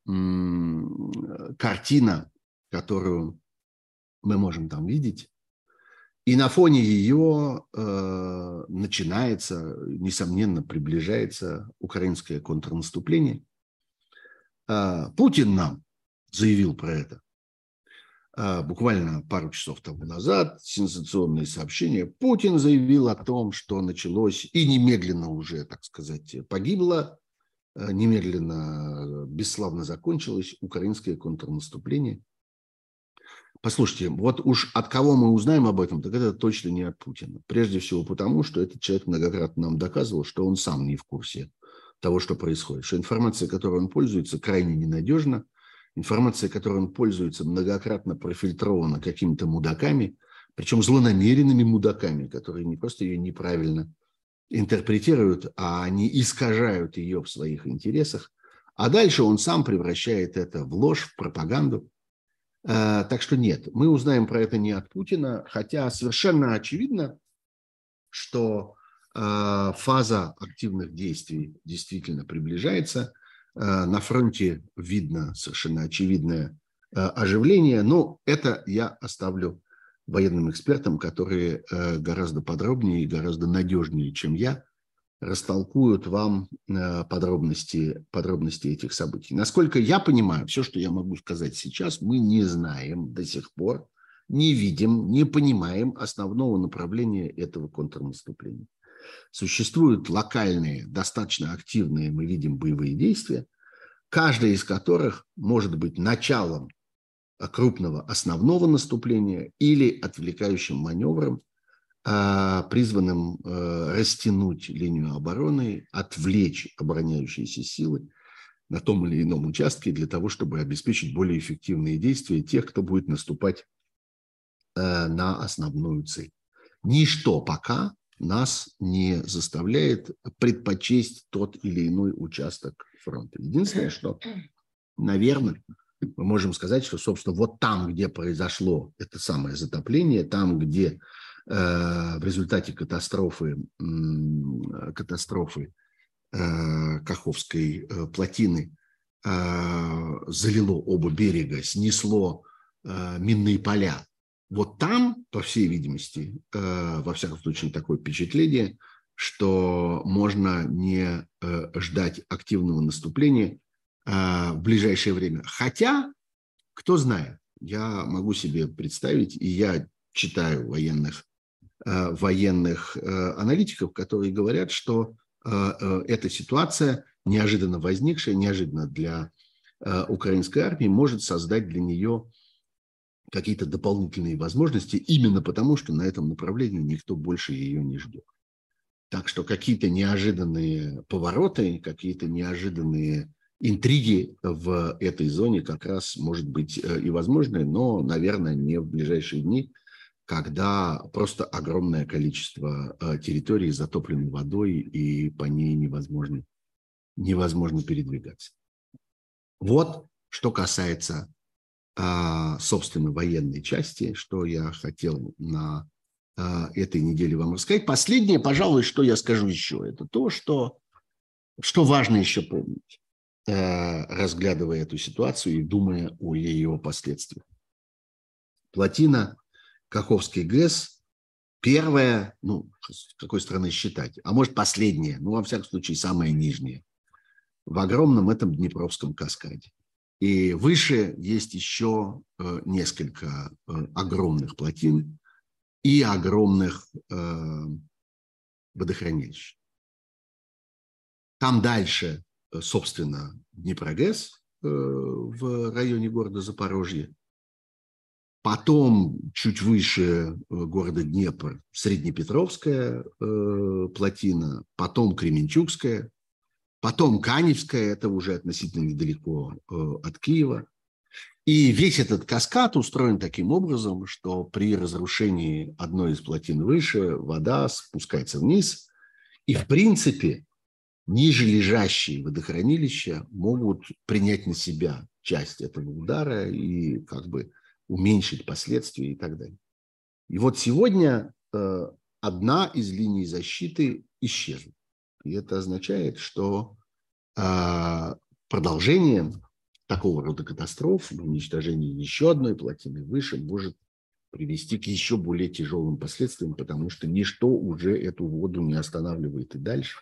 картина, которую мы можем там видеть. И на фоне ее э, начинается, несомненно, приближается украинское контрнаступление. Э, Путин нам заявил про это э, буквально пару часов тому назад. Сенсационные сообщения. Путин заявил о том, что началось и немедленно уже, так сказать, погибло, э, немедленно, бесславно закончилось украинское контрнаступление. Послушайте, вот уж от кого мы узнаем об этом, так это точно не от Путина. Прежде всего потому, что этот человек многократно нам доказывал, что он сам не в курсе того, что происходит. Что информация, которой он пользуется, крайне ненадежна. Информация, которой он пользуется, многократно профильтрована какими-то мудаками, причем злонамеренными мудаками, которые не просто ее неправильно интерпретируют, а они искажают ее в своих интересах. А дальше он сам превращает это в ложь, в пропаганду. Так что нет, мы узнаем про это не от Путина, хотя совершенно очевидно, что фаза активных действий действительно приближается. На фронте видно совершенно очевидное оживление, но это я оставлю военным экспертам, которые гораздо подробнее и гораздо надежнее, чем я, растолкуют вам подробности, подробности этих событий. Насколько я понимаю, все, что я могу сказать сейчас, мы не знаем до сих пор не видим, не понимаем основного направления этого контрнаступления. Существуют локальные, достаточно активные, мы видим, боевые действия, каждая из которых может быть началом крупного основного наступления или отвлекающим маневром, призванным растянуть линию обороны, отвлечь обороняющиеся силы на том или ином участке для того, чтобы обеспечить более эффективные действия тех, кто будет наступать на основную цель. Ничто пока нас не заставляет предпочесть тот или иной участок фронта. Единственное, что, наверное, мы можем сказать, что, собственно, вот там, где произошло это самое затопление, там, где э, в результате катастрофы, э, катастрофы э, Каховской э, плотины э, залило оба берега, снесло э, минные поля, вот там, по всей видимости, э, во всяком случае, такое впечатление, что можно не э, ждать активного наступления э, в ближайшее время. Хотя, кто знает, я могу себе представить, и я читаю военных, э, военных э, аналитиков, которые говорят, что э, э, эта ситуация, неожиданно возникшая, неожиданно для э, украинской армии, может создать для нее какие-то дополнительные возможности, именно потому, что на этом направлении никто больше ее не ждет. Так что какие-то неожиданные повороты, какие-то неожиданные интриги в этой зоне как раз может быть и возможны, но, наверное, не в ближайшие дни, когда просто огромное количество территорий затоплено водой и по ней невозможно, невозможно передвигаться. Вот что касается собственно, военной части, что я хотел на а, этой неделе вам рассказать. Последнее, пожалуй, что я скажу еще, это то, что, что важно еще помнить, а, разглядывая эту ситуацию и думая о ее последствиях. Плотина Каховской ГЭС первая, ну, с какой стороны считать, а может последняя, ну, во всяком случае, самая нижняя, в огромном этом Днепровском каскаде. И выше есть еще э, несколько э, огромных плотин и огромных э, водохранилищ. Там дальше, э, собственно, Днепрогэс э, в районе города Запорожье. Потом чуть выше э, города Днепр Среднепетровская э, плотина, потом Кременчугская. Потом Каневская, это уже относительно недалеко э, от Киева. И весь этот каскад устроен таким образом, что при разрушении одной из плотин выше вода спускается вниз. И, в принципе, ниже лежащие водохранилища могут принять на себя часть этого удара и как бы уменьшить последствия и так далее. И вот сегодня э, одна из линий защиты исчезла. И это означает, что э, продолжение такого рода катастроф, уничтожение еще одной плотины выше, может привести к еще более тяжелым последствиям, потому что ничто уже эту воду не останавливает и дальше.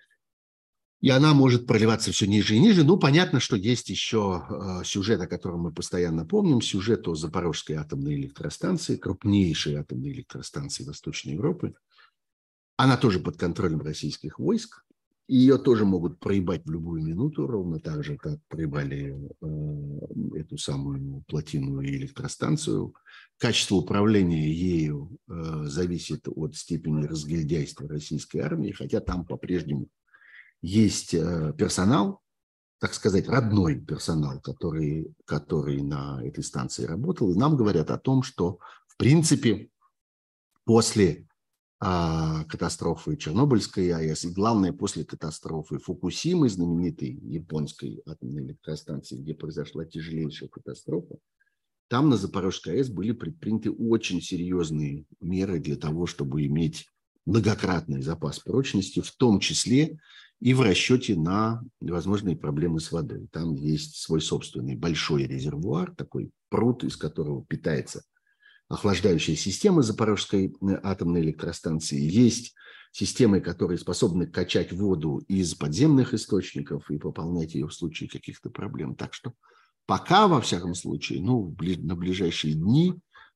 И она может проливаться все ниже и ниже. Ну, понятно, что есть еще э, сюжет, о котором мы постоянно помним, сюжет о Запорожской атомной электростанции, крупнейшей атомной электростанции Восточной Европы. Она тоже под контролем российских войск. Ее тоже могут проебать в любую минуту, ровно так же, как проебали э, эту самую плотину и электростанцию. Качество управления ею э, зависит от степени разгильдяйства российской армии, хотя там по-прежнему есть э, персонал, так сказать, родной персонал, который, который на этой станции работал. И нам говорят о том, что, в принципе, после катастрофы Чернобыльской АЭС, и главное, после катастрофы Фукусимы, знаменитой японской атомной электростанции, где произошла тяжелейшая катастрофа, там на Запорожской АЭС были предприняты очень серьезные меры для того, чтобы иметь многократный запас прочности, в том числе и в расчете на возможные проблемы с водой. Там есть свой собственный большой резервуар, такой пруд, из которого питается охлаждающая система Запорожской атомной электростанции. Есть системы, которые способны качать воду из подземных источников и пополнять ее в случае каких-то проблем. Так что пока, во всяком случае, ну, на ближайшие дни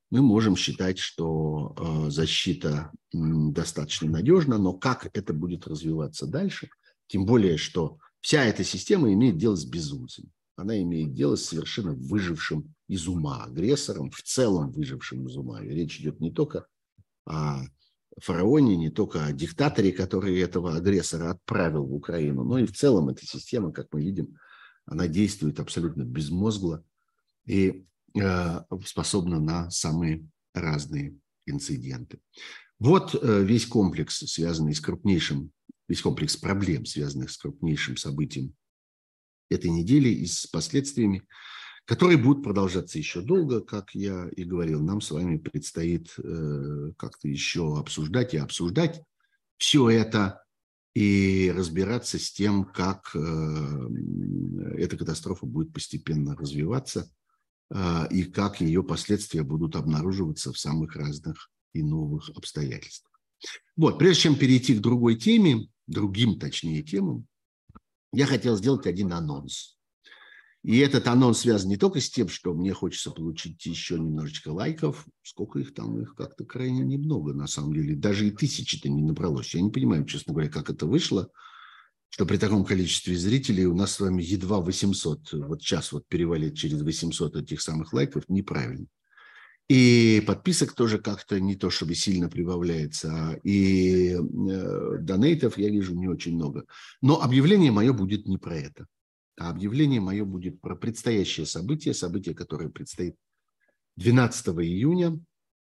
мы можем считать, что э, защита м, достаточно надежна, но как это будет развиваться дальше, тем более, что вся эта система имеет дело с безумцем. Она имеет дело с совершенно выжившим из ума агрессором, в целом выжившим из ума. И речь идет не только о фараоне, не только о диктаторе, который этого агрессора отправил в Украину, но и в целом эта система, как мы видим, она действует абсолютно безмозгло и э, способна на самые разные инциденты. Вот э, весь комплекс, связанный с крупнейшим, весь комплекс проблем, связанных с крупнейшим событием этой недели и с последствиями, которые будут продолжаться еще долго, как я и говорил. Нам с вами предстоит э, как-то еще обсуждать и обсуждать все это и разбираться с тем, как э, эта катастрофа будет постепенно развиваться э, и как ее последствия будут обнаруживаться в самых разных и новых обстоятельствах. Вот, прежде чем перейти к другой теме, другим, точнее, темам, я хотел сделать один анонс. И этот анонс связан не только с тем, что мне хочется получить еще немножечко лайков. Сколько их там? Их как-то крайне немного, на самом деле. Даже и тысячи-то не набралось. Я не понимаю, честно говоря, как это вышло, что при таком количестве зрителей у нас с вами едва восемьсот. Вот сейчас вот перевалить через восемьсот этих самых лайков неправильно. И подписок тоже как-то не то чтобы сильно прибавляется. И э, донейтов я вижу не очень много. Но объявление мое будет не про это. А объявление мое будет про предстоящее событие, событие, которое предстоит двенадцатого июня.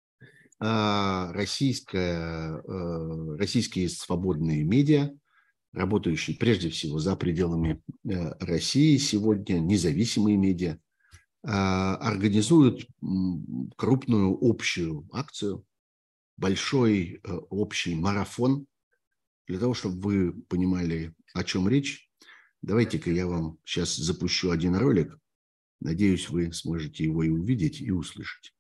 Российское, российские свободные медиа, работающие прежде всего за пределами России сегодня, независимые медиа, организуют крупную общую акцию, большой общий марафон. Для того, чтобы вы понимали, о чем речь, давайте-ка я вам сейчас запущу один ролик. Надеюсь, вы сможете его и увидеть, и услышать.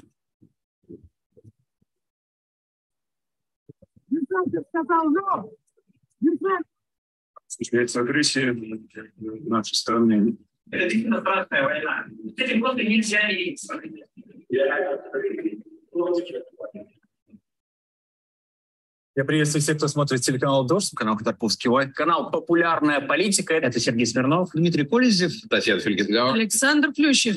Осуществляется агрессия нашей страны. Это действительно страшная война. С этим просто нельзя мириться. Я приветствую всех, кто смотрит телеканал «Дождь», канал Ходорковский Лайв, канал «Популярная политика». Это Сергей Смирнов, Дмитрий Колезев, Татьяна Фельгенгауэр, Александр Плющев.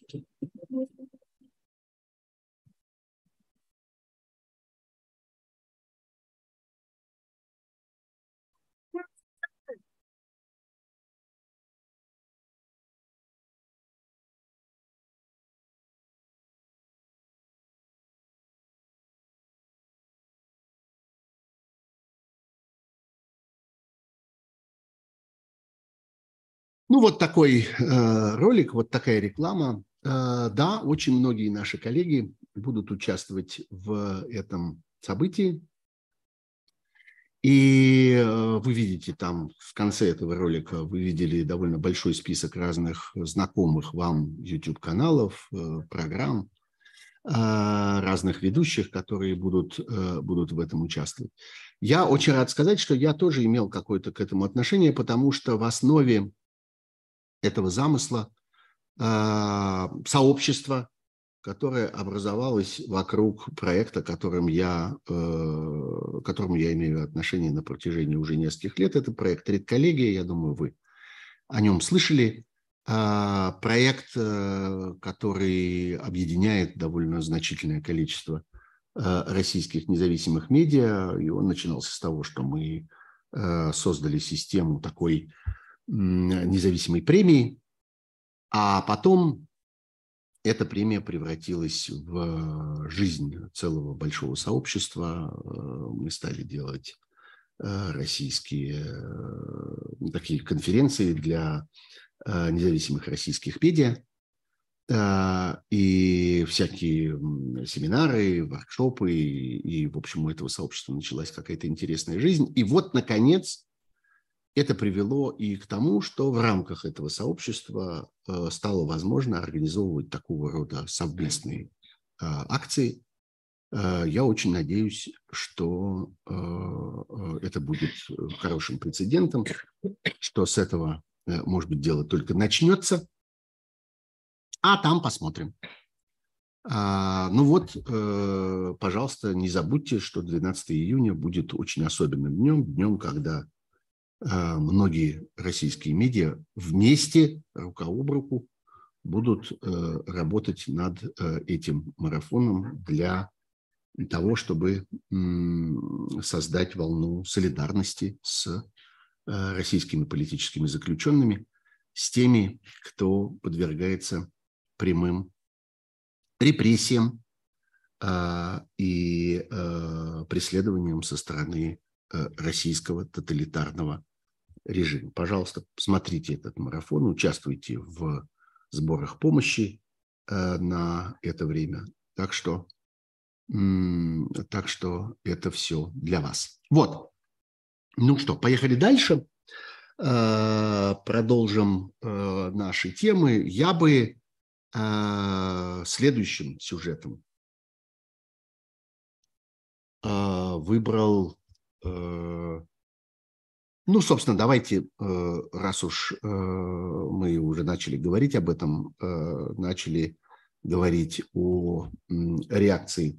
Ну, вот такой э, ролик, вот такая реклама. Э, да, очень многие наши коллеги будут участвовать в этом событии. И э, вы видите там в конце этого ролика, вы видели довольно большой список разных знакомых вам YouTube-каналов, э, программ, э, разных ведущих, которые будут, э, будут в этом участвовать. Я очень рад сказать, что я тоже имел какое-то к этому отношение, потому что в основе этого замысла э, сообщество, которое образовалось вокруг проекта, которым я, э, к которому я имею отношение на протяжении уже нескольких лет. Это проект «Редколлегия», я думаю, вы о нем слышали. Э, проект, э, который объединяет довольно значительное количество э, российских независимых медиа, и он начинался с того, что мы э, создали систему такой независимой премии, а потом эта премия превратилась в жизнь целого большого сообщества. Мы стали делать российские такие конференции для независимых российских медиа и всякие семинары, воркшопы, и, в общем, у этого сообщества началась какая-то интересная жизнь. И вот, наконец, это привело и к тому, что в рамках этого сообщества э, стало возможно организовывать такого рода совместные э, акции. Э, я очень надеюсь, что э, это будет хорошим прецедентом, что с этого, э, может быть, дело только начнется, а там посмотрим. А, ну вот, э, пожалуйста, не забудьте, что двенадцатого июня будет очень особенным днем, днем, когда э, многие российские медиа вместе, рука об руку, будут э, работать над э, этим марафоном для того, чтобы м, создать волну солидарности с э, российскими политическими заключенными, с теми, кто подвергается прямым репрессиям э, и э, преследованиям со стороны э, российского тоталитарного режима. Пожалуйста, смотрите этот марафон, участвуйте в сборах помощи э, на это время. Так что, м, так что это все для вас. Вот. Ну что, поехали дальше. Э, продолжим э, наши темы. Я бы э, следующим сюжетом э, выбрал... Э, Ну, собственно, давайте, раз уж мы уже начали говорить об этом, начали говорить о реакции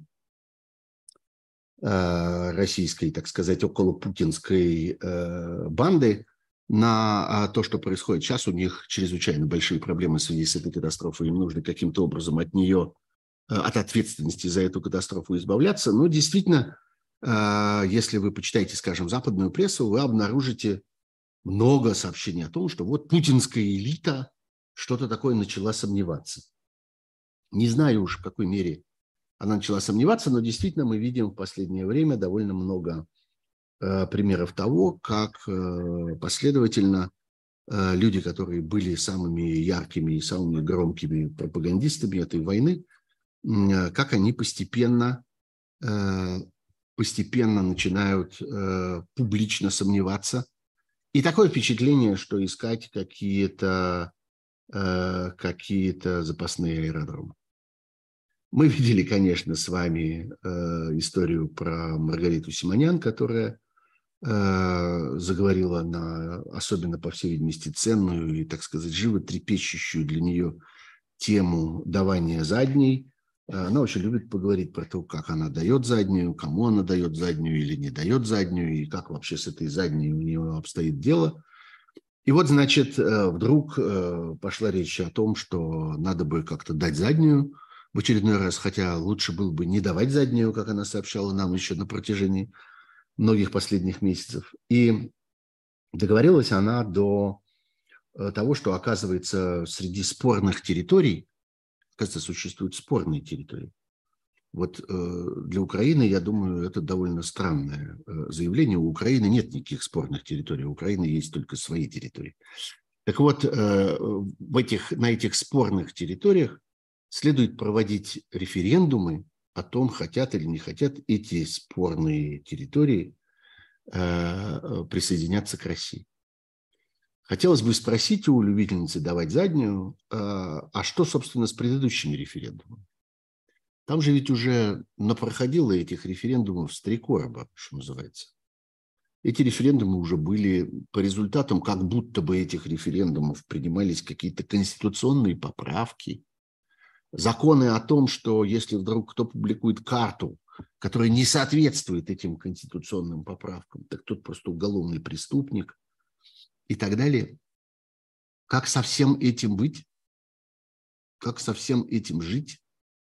российской, так сказать, околопутинской банды на то, что происходит. Сейчас у них чрезвычайно большие проблемы в связи с этой катастрофой. Им нужно каким-то образом от нее, от ответственности за эту катастрофу избавляться. Но действительно, если вы почитаете, скажем, западную прессу, вы обнаружите много сообщений о том, что вот путинская элита что-то такое начала сомневаться. Не знаю уж, в какой мере она начала сомневаться, но действительно мы видим в последнее время довольно много э, примеров того, как э, последовательно э, люди, которые были самыми яркими и самыми громкими пропагандистами этой войны, э, как они постепенно э, постепенно начинают э, публично сомневаться. И такое впечатление, что искать какие-то э, какие-то запасные аэродромы. Мы видели, конечно, с вами э, историю про Маргариту Симонян, которая э, заговорила на, особенно, по всей видимости, ценную и, так сказать, животрепещущую для нее тему давания задней. Она очень любит поговорить про то, как она дает заднюю, кому она дает заднюю или не дает заднюю, и как вообще с этой задней у нее обстоит дело. И вот, значит, вдруг пошла речь о том, что надо бы как-то дать заднюю в очередной раз, хотя лучше было бы не давать заднюю, как она сообщала нам еще на протяжении многих последних месяцев. И договорилась она до того, что, оказывается, среди спорных территорий, оказывается, существуют спорные территории. Вот э, для Украины, я думаю, это довольно странное э, заявление. У Украины нет никаких спорных территорий. У Украины есть только свои территории. Так вот, э, в этих, на этих спорных территориях следует проводить референдумы о том, хотят или не хотят эти спорные территории э, присоединяться к России. Хотелось бы спросить у любительницы давать заднюю, э, а что, собственно, с предыдущими референдумами? Там же ведь уже напроходило этих референдумов с три короба, что называется. Эти референдумы уже были по результатам, как будто бы этих референдумов принимались какие-то конституционные поправки, законы о том, что если вдруг кто публикует карту, которая не соответствует этим конституционным поправкам, так тот просто уголовный преступник и так далее. Как со всем этим быть? Как со всем этим жить?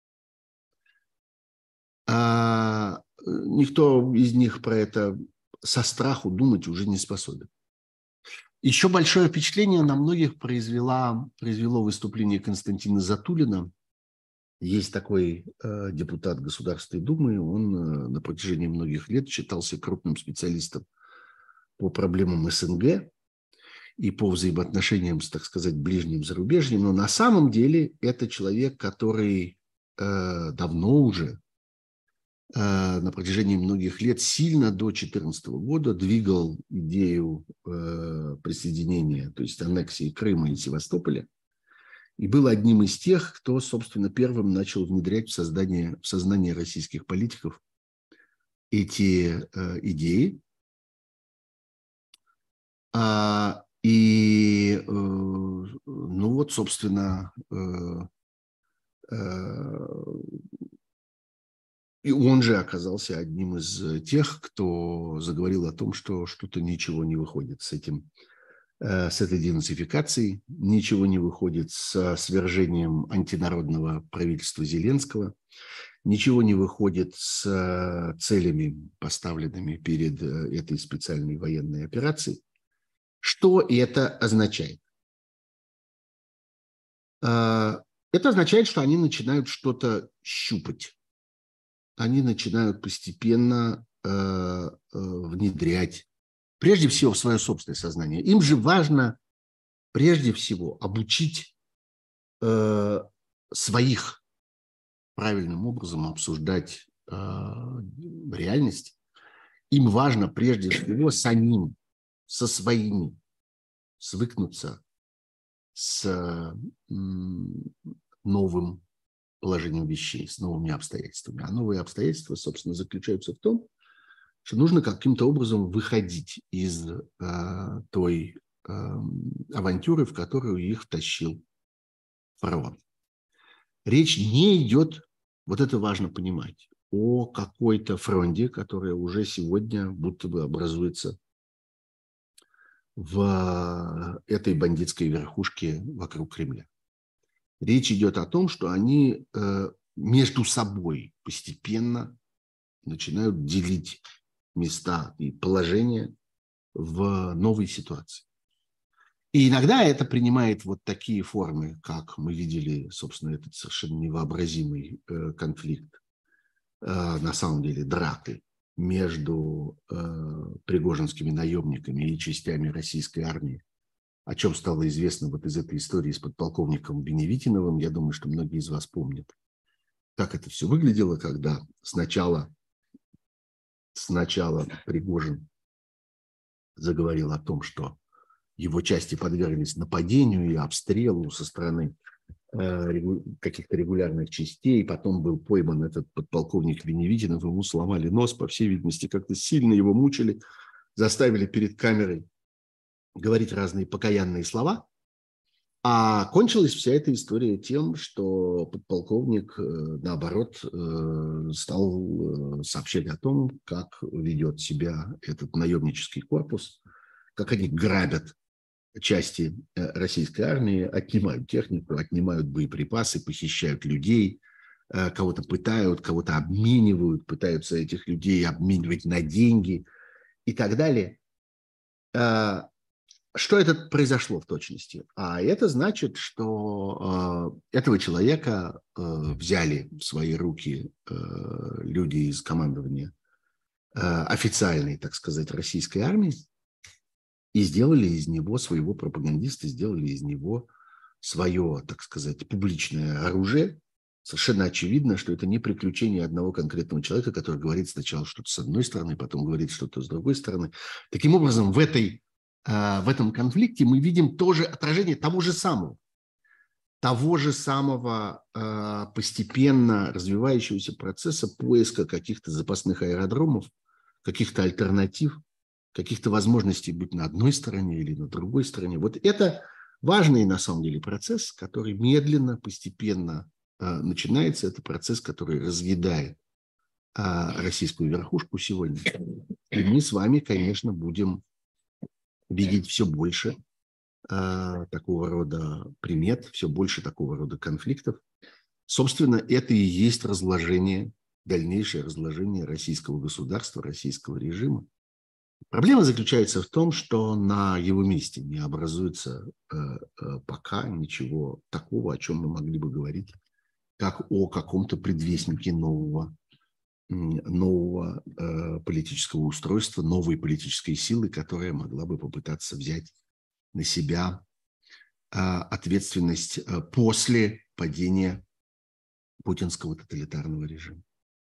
А никто из них про это со страху думать уже не способен. Еще большое впечатление на многих произвело, произвело выступление Константина Затулина. Есть такой э, депутат Государственной Думы, он э, на протяжении многих лет считался крупным специалистом по проблемам СНГ и по взаимоотношениям с, так сказать, ближним зарубежьем. Но на самом деле это человек, который э, давно уже, на протяжении многих лет, сильно до две тысячи четырнадцатого года двигал идею э, присоединения, то есть аннексии Крыма и Севастополя, и был одним из тех, кто, собственно, первым начал внедрять в, создание, в сознание российских политиков эти э, идеи. А, и, э, ну вот, собственно, э, И он же оказался одним из тех, кто заговорил о том, что что-то ничего не выходит с этим, с этой денацификацией, ничего не выходит с свержением антинародного правительства Зеленского, ничего не выходит с целями, поставленными перед этой специальной военной операцией. Что это означает? Это означает, что они начинают что-то щупать. Они начинают постепенно внедрять, прежде всего, в свое собственное сознание. Им же важно, прежде всего, обучить своих правильным образом обсуждать реальность. Им важно, прежде всего, самим, со своими свыкнуться с новым положением вещей, с новыми обстоятельствами. А новые обстоятельства, собственно, заключаются в том, что нужно каким-то образом выходить из э, той э, авантюры, в которую их втащил фараон. Речь не идет, вот это важно понимать, о какой-то фронте, которая уже сегодня будто бы образуется в этой бандитской верхушке вокруг Кремля. Речь идет о том, что они э, между собой постепенно начинают делить места и положения в новой ситуации. И иногда это принимает вот такие формы, как мы видели, собственно, этот совершенно невообразимый э, конфликт, э, на самом деле драки между э, пригожинскими наемниками и частями российской армии, о чем стало известно вот из этой истории с подполковником Беневитиновым. Я думаю, что многие из вас помнят, как это все выглядело, когда сначала, сначала Пригожин заговорил о том, что его части подверглись нападению и обстрелу со стороны э, каких-то регулярных частей. Потом был пойман этот подполковник Беневитинов, ему сломали нос, по всей видимости, как-то сильно его мучили, заставили перед камерой говорить разные покаянные слова. А кончилась вся эта история тем, что подполковник, наоборот, стал сообщать о том, как ведет себя этот наемнический корпус, как они грабят части российской армии, отнимают технику, отнимают боеприпасы, похищают людей, кого-то пытают, кого-то обменивают, пытаются этих людей обменивать на деньги и так далее. Что это произошло в точности? А это значит, что э, этого человека э, взяли в свои руки э, люди из командования э, официальной, так сказать, российской армии и сделали из него своего пропагандиста, сделали из него свое, так сказать, публичное оружие. Совершенно очевидно, что это не приключение одного конкретного человека, который говорит сначала что-то с одной стороны, потом говорит что-то с другой стороны. Таким образом, в этой в этом конфликте мы видим тоже отражение того же самого, того же самого э, постепенно развивающегося процесса поиска каких-то запасных аэродромов, каких-то альтернатив, каких-то возможностей быть на одной стороне или на другой стороне. Вот это важный на самом деле процесс, который медленно, постепенно э, начинается. Это процесс, который разъедает э, российскую верхушку сегодня. И мы с вами, конечно, будем видеть все больше э, такого рода примет, все больше такого рода конфликтов. Собственно, это и есть разложение, дальнейшее разложение российского государства, российского режима. Проблема заключается в том, что на его месте не образуется э, э, пока ничего такого, о чем мы могли бы говорить, как о каком-то предвестнике нового нового э, политического устройства, новой политической силы, которая могла бы попытаться взять на себя э, ответственность э, после падения путинского тоталитарного режима.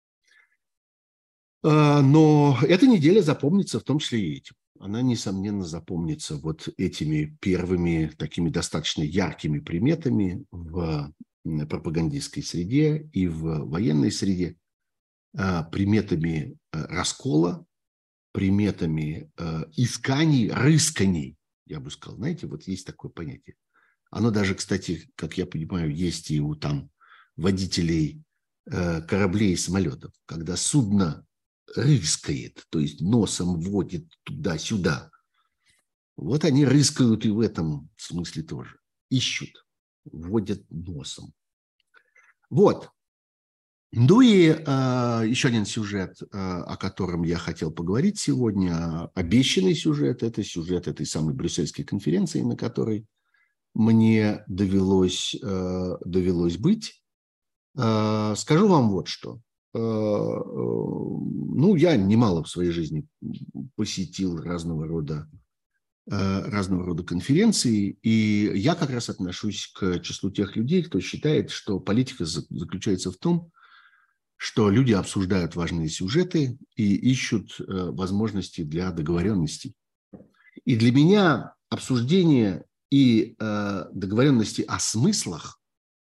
Э, но эта неделя запомнится в том числе и этим. Она, несомненно, запомнится вот этими первыми такими достаточно яркими приметами в пропагандистской среде и в военной среде, приметами раскола, приметами исканий, рысканий, я бы сказал. Знаете, вот есть такое понятие. Оно даже, кстати, как я понимаю, есть и у там водителей э, кораблей и самолетов, когда судно рыскает, то есть носом водит туда-сюда. Вот они рыскают и в этом смысле тоже. Ищут, водят носом. Вот. Ну и э, еще один сюжет, э, о котором я хотел поговорить сегодня, обещанный сюжет, это сюжет этой самой брюссельской конференции, на которой мне довелось, э, довелось быть. Э, скажу вам вот что. Э, э, ну, я немало в своей жизни посетил разного рода, э, разного рода конференции, и я как раз отношусь к числу тех людей, кто считает, что политика заключается в том, что люди обсуждают важные сюжеты и ищут э, возможности для договоренностей. И для меня обсуждение и э, договоренности о смыслах,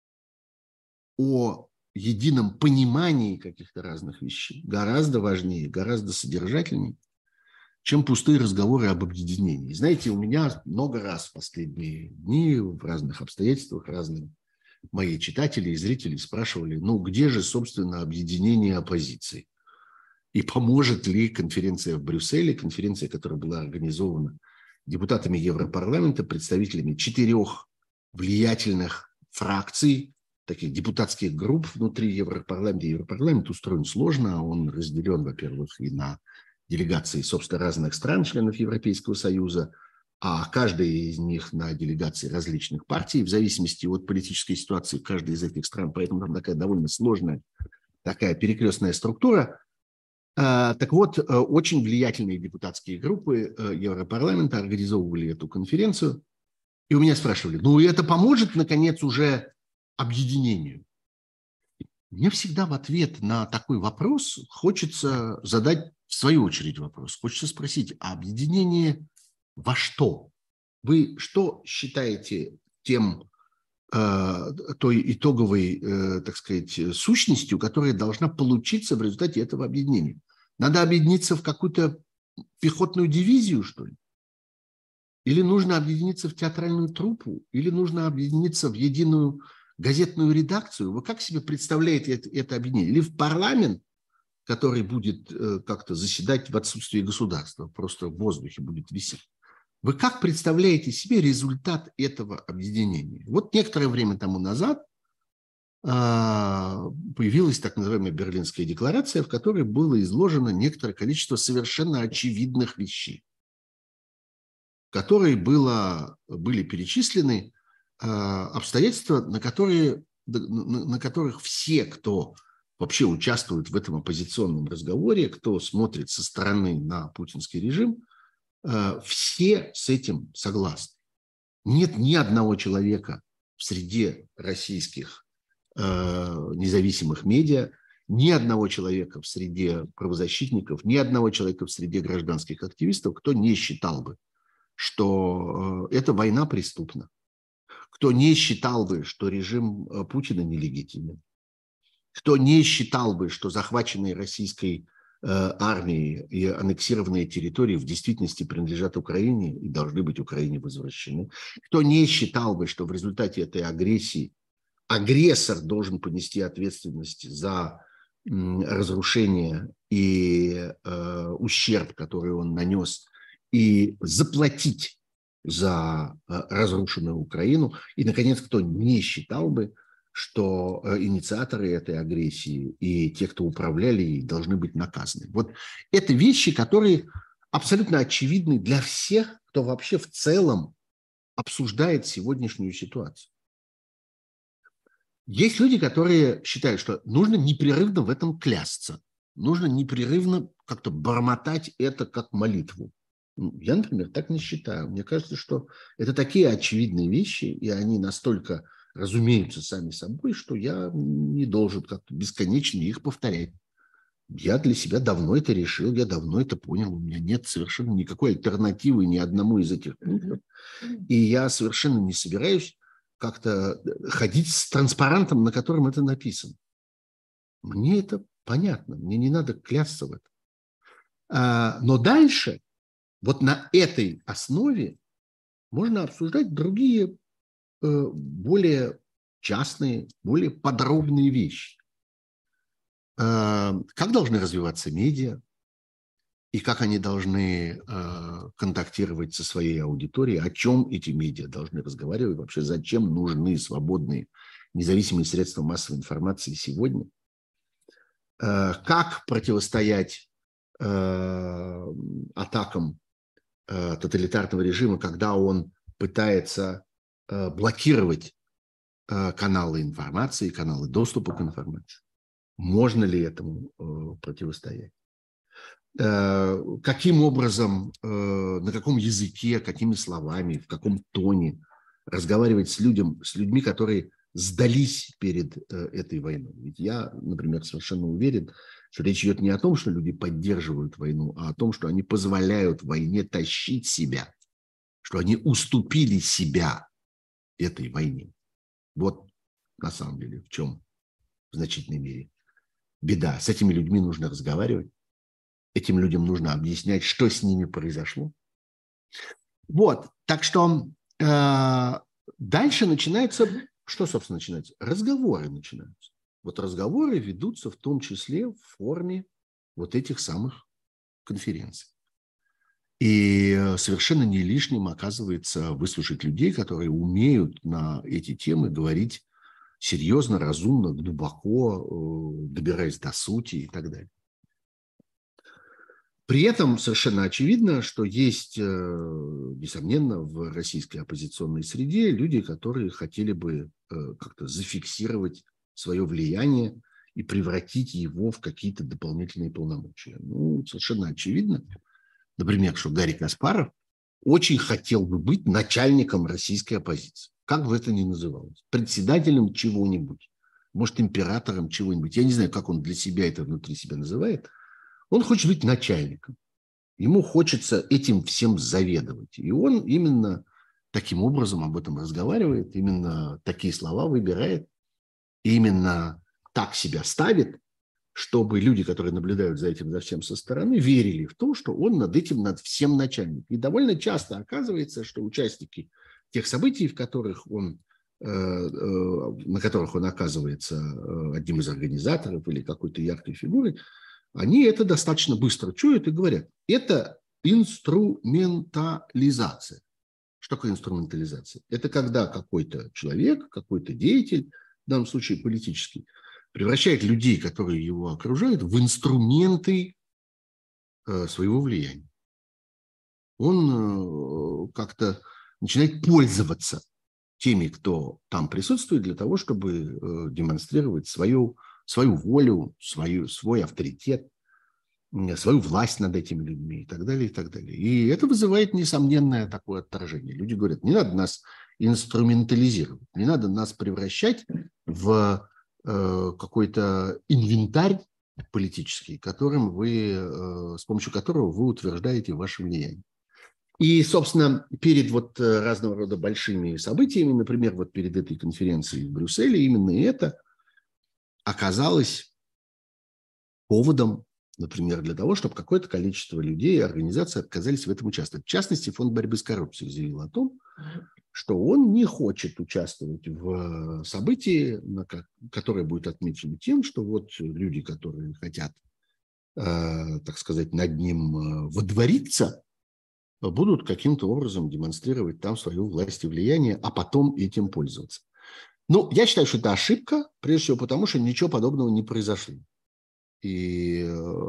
о едином понимании каких-то разных вещей гораздо важнее, гораздо содержательнее, чем пустые разговоры об объединении. Знаете, у меня много раз в последние дни в разных обстоятельствах разные мои читатели и зрители спрашивали, ну, где же, собственно, объединение оппозиции? И поможет ли конференция в Брюсселе, конференция, которая была организована депутатами Европарламента, представителями четырех влиятельных фракций, таких депутатских групп внутри Европарламента. Европарламент устроен сложно, он разделен, во-первых, и на делегации, собственно, разных стран, членов Европейского Союза, а каждая из них на делегации различных партий, в зависимости от политической ситуации в каждой из этих стран. Поэтому там такая довольно сложная, такая перекрестная структура. Так вот, очень влиятельные депутатские группы Европарламента организовывали эту конференцию. И у меня спрашивали, ну это поможет, наконец, уже объединению? Мне всегда в ответ на такой вопрос хочется задать, в свою очередь, вопрос. Хочется спросить, а объединение во что? Вы что считаете тем, э, той итоговой, э, так сказать, сущностью, которая должна получиться в результате этого объединения? Надо объединиться в какую-то пехотную дивизию, что ли? Или нужно объединиться в театральную труппу? Или нужно объединиться в единую газетную редакцию? Вы как себе представляете это, это объединение? Или в парламент, который будет э, как-то заседать в отсутствии государства, просто в воздухе будет висеть? Вы как представляете себе результат этого объединения? Вот некоторое время тому назад а, появилась так называемая Берлинская декларация, в которой было изложено некоторое количество совершенно очевидных вещей, в которой было, были перечислены а, обстоятельства, на, которые, на, на которых все, кто вообще участвует в этом оппозиционном разговоре, кто смотрит со стороны на путинский режим, все с этим согласны. Нет ни одного человека в среде российских э, независимых медиа, ни одного человека в среде правозащитников, ни одного человека в среде гражданских активистов, кто не считал бы, что э, эта война преступна, кто не считал бы, что режим Путина нелегитимен, кто не считал бы, что захваченные российской армии и аннексированные территории в действительности принадлежат Украине и должны быть Украине возвращены. Кто не считал бы, что в результате этой агрессии агрессор должен понести ответственность за разрушение и э, ущерб, который он нанес, и заплатить за разрушенную Украину. И, наконец, кто не считал бы, что инициаторы этой агрессии и те, кто управляли ей, должны быть наказаны. Вот это вещи, которые абсолютно очевидны для всех, кто вообще в целом обсуждает сегодняшнюю ситуацию. Есть люди, которые считают, что нужно непрерывно в этом клясться, нужно непрерывно как-то бормотать это как молитву. Я, например, так не считаю. Мне кажется, что это такие очевидные вещи, и они настолько разумеются сами собой, что я не должен как-то бесконечно их повторять. Я для себя давно это решил, я давно это понял. У меня нет совершенно никакой альтернативы ни одному из этих пунктов. И я совершенно не собираюсь как-то ходить с транспарантом, на котором это написано. Мне это понятно, мне не надо клясться в этом. А, но дальше, вот на этой основе можно обсуждать другие более частные, более подробные вещи. как должны развиваться медиа и как они должны контактировать со своей аудиторией, о чем эти медиа должны разговаривать, вообще зачем нужны свободные независимые средства массовой информации сегодня, как противостоять атакам тоталитарного режима, когда он пытается блокировать каналы информации, каналы доступа к информации. Можно ли этому противостоять? Каким образом, на каком языке, какими словами, в каком тоне разговаривать с, людям, с людьми, которые сдались перед этой войной? Ведь я, например, совершенно уверен, что речь идет не о том, что люди поддерживают войну, а о том, что они позволяют войне тащить себя, что они уступили себя этой войне. Вот на самом деле в чем в значительной мере беда. С этими людьми нужно разговаривать. Этим людям нужно объяснять, что с ними произошло. Вот. Так что э, дальше начинается... Что, собственно, начинается? Разговоры начинаются. Вот разговоры ведутся в том числе в форме вот этих самых конференций. И совершенно не лишним оказывается выслушать людей, которые умеют на эти темы говорить серьезно, разумно, глубоко, добираясь до сути и так далее. При этом совершенно очевидно, что есть, несомненно, в российской оппозиционной среде люди, которые хотели бы как-то зафиксировать свое влияние и превратить его в какие-то дополнительные полномочия. Ну, совершенно очевидно, например, что Гарри Каспаров очень хотел бы быть начальником российской оппозиции. Как бы это ни называлось. Председателем чего-нибудь. Может, императором чего-нибудь. Я не знаю, как он для себя это внутри себя называет. Он хочет быть начальником. Ему хочется этим всем заведовать. И он именно таким образом об этом разговаривает, именно такие слова выбирает, именно так себя ставит, чтобы люди, которые наблюдают за этим, за всем со стороны, верили в то, что он над этим, над всем начальник. И довольно часто оказывается, что участники тех событий, в которых он, на которых он оказывается одним из организаторов или какой-то яркой фигурой, они это достаточно быстро чуют и говорят. Это инструментализация. Что такое инструментализация? Это когда какой-то человек, какой-то деятель, в данном случае политический, превращает людей, которые его окружают, в инструменты своего влияния. Он как-то начинает пользоваться теми, кто там присутствует, для того, чтобы демонстрировать свою, свою волю, свою, свой авторитет, свою власть над этими людьми и так далее, и так далее. И это вызывает несомненное такое отторжение. Люди говорят, не надо нас инструментализировать, не надо нас превращать в э, какой-то инвентарь политический, которым вы, э, с помощью которого вы утверждаете ваше влияние. И, собственно, перед вот разного рода большими событиями, например, вот перед этой конференцией в Брюсселе, именно это оказалось поводом, например, для того, чтобы какое-то количество людей и организаций отказались в этом участвовать. В частности, Фонд борьбы с коррупцией заявил о том, что он не хочет участвовать в событии, которое будет отмечено тем, что вот люди, которые хотят, так сказать, над ним водвориться, будут каким-то образом демонстрировать там свою власть и влияние, а потом этим пользоваться. Ну, я считаю, что это ошибка, прежде всего потому, что ничего подобного не произошло. И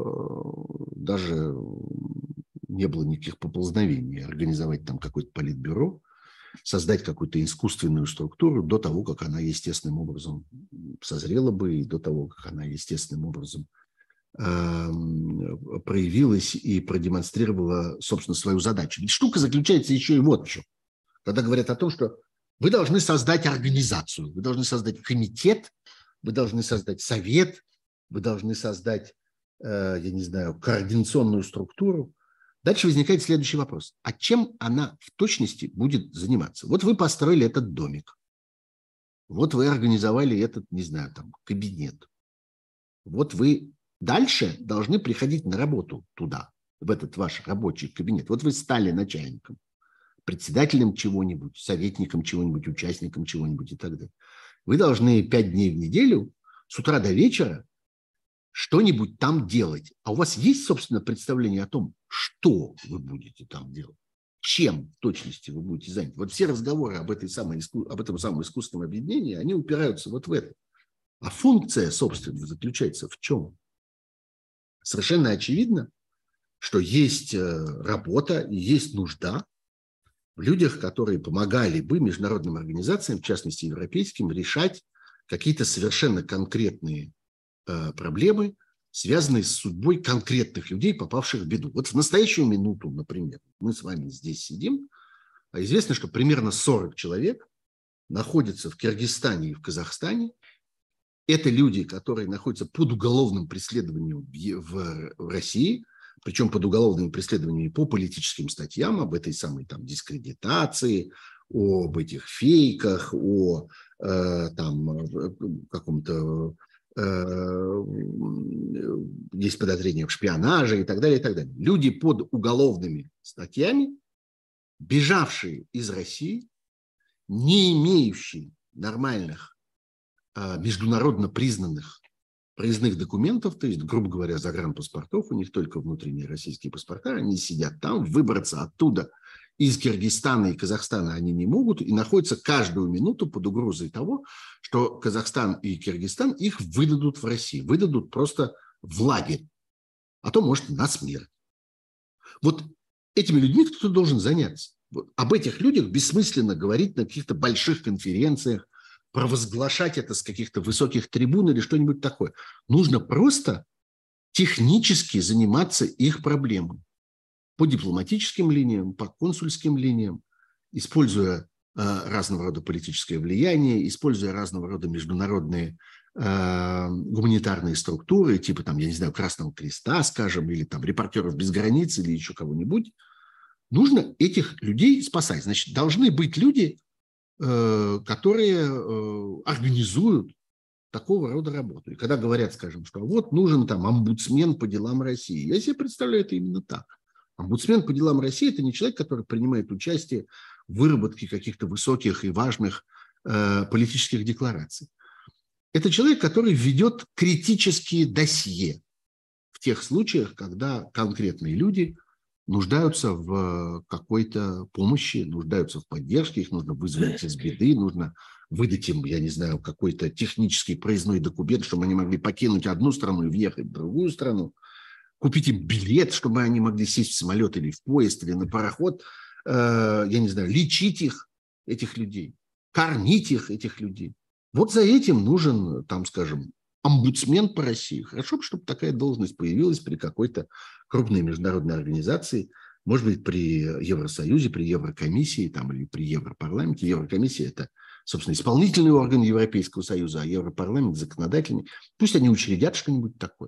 даже не было никаких поползновений организовать там какое-то политбюро, создать какую-то искусственную структуру до того, как она естественным образом созрела бы, и до того, как она естественным образом э, проявилась и продемонстрировала, собственно, свою задачу. Ведь штука заключается еще и вот в чем. Когда говорят о том, что вы должны создать организацию, вы должны создать комитет, вы должны создать совет, вы должны создать, э, я не знаю, координационную структуру. Дальше возникает следующий вопрос. А чем она в точности будет заниматься? Вот вы построили этот домик. Вот вы организовали этот, не знаю, там, кабинет. Вот вы дальше должны приходить на работу туда, в этот ваш рабочий кабинет. Вот вы стали начальником, председателем чего-нибудь, советником чего-нибудь, участником чего-нибудь и так далее. Вы должны пять дней в неделю с утра до вечера что-нибудь там делать. А у вас есть, собственно, представление о том, что вы будете там делать? Чем в точности вы будете заняты? Вот все разговоры об, этой самой, об этом самом искусственном объединении, они упираются вот в это. А функция, собственно, заключается в чем? Совершенно очевидно, что есть работа и есть нужда в людях, которые помогали бы международным организациям, в частности европейским, решать какие-то совершенно конкретные э, проблемы, связанные с судьбой конкретных людей, попавших в беду. Вот в настоящую минуту, например, мы с вами здесь сидим, а известно, что примерно сорок человек находятся в Киргизстане и в Казахстане. Это люди, которые находятся под уголовным преследованием в, в России, причем под уголовными преследованиями по политическим статьям об этой самой там дискредитации, об этих фейках, о э, там каком-то э, есть подозрения в шпионаже и так далее, и так далее. Люди под уголовными статьями, бежавшие из России, не имеющие нормальных э, международно признанных проездных документов, то есть, грубо говоря, загранпаспортов, у них только внутренние российские паспорта, они сидят там, выбраться оттуда из Киргизстана и Казахстана они не могут и находятся каждую минуту под угрозой того, что Казахстан и Киргизстан их выдадут в России, выдадут просто в лагерь, а то, может, на смерть. Вот этими людьми кто-то должен заняться. Вот об этих людях бессмысленно говорить на каких-то больших конференциях, провозглашать это с каких-то высоких трибун или что-нибудь такое. Нужно просто технически заниматься их проблемой. По дипломатическим линиям, по консульским линиям, используя э, разного рода политическое влияние, используя разного рода международные э, гуманитарные структуры, типа, там, я не знаю, Красного Креста, скажем, или там «Репортеров без границ», или еще кого-нибудь. Нужно этих людей спасать. Значит, должны быть люди, которые организуют такого рода работу. И когда говорят, скажем, что вот нужен там омбудсмен по делам России, я себе представляю это именно так. Омбудсмен по делам России – это не человек, который принимает участие в выработке каких-то высоких и важных э, политических деклараций. Это человек, который ведет критические досье в тех случаях, когда конкретные люди нуждаются в какой-то помощи, нуждаются в поддержке, их нужно вызволить из беды, нужно выдать им, я не знаю, какой-то технический проездной документ, чтобы они могли покинуть одну страну и въехать в другую страну, купить им билет, чтобы они могли сесть в самолет или в поезд, или на пароход, э, я не знаю, лечить их, этих людей, кормить их, этих людей. Вот за этим нужен, там, скажем, омбудсмен по России. Хорошо, чтобы такая должность появилась при какой-то крупной международной организации, может быть, при Евросоюзе, при Еврокомиссии там, или при Европарламенте. Еврокомиссия – это, собственно, исполнительный орган Европейского Союза, а Европарламент – законодательный. Пусть они учредят что-нибудь такое.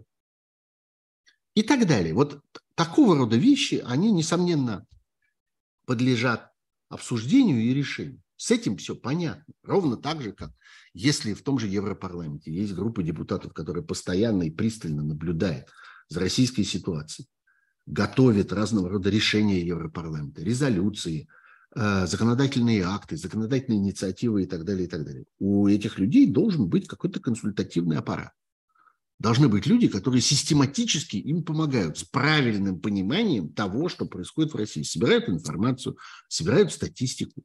И так далее. Вот такого рода вещи, они, несомненно, подлежат обсуждению и решению. С этим все понятно. Ровно так же, как если в том же Европарламенте есть группа депутатов, которые постоянно и пристально наблюдают за российской ситуацией, готовят разного рода решения Европарламента, резолюции, э, законодательные акты, законодательные инициативы и так далее, и так далее. У этих людей должен быть какой-то консультативный аппарат. Должны быть люди, которые систематически им помогают с правильным пониманием того, что происходит в России. Собирают информацию, собирают статистику,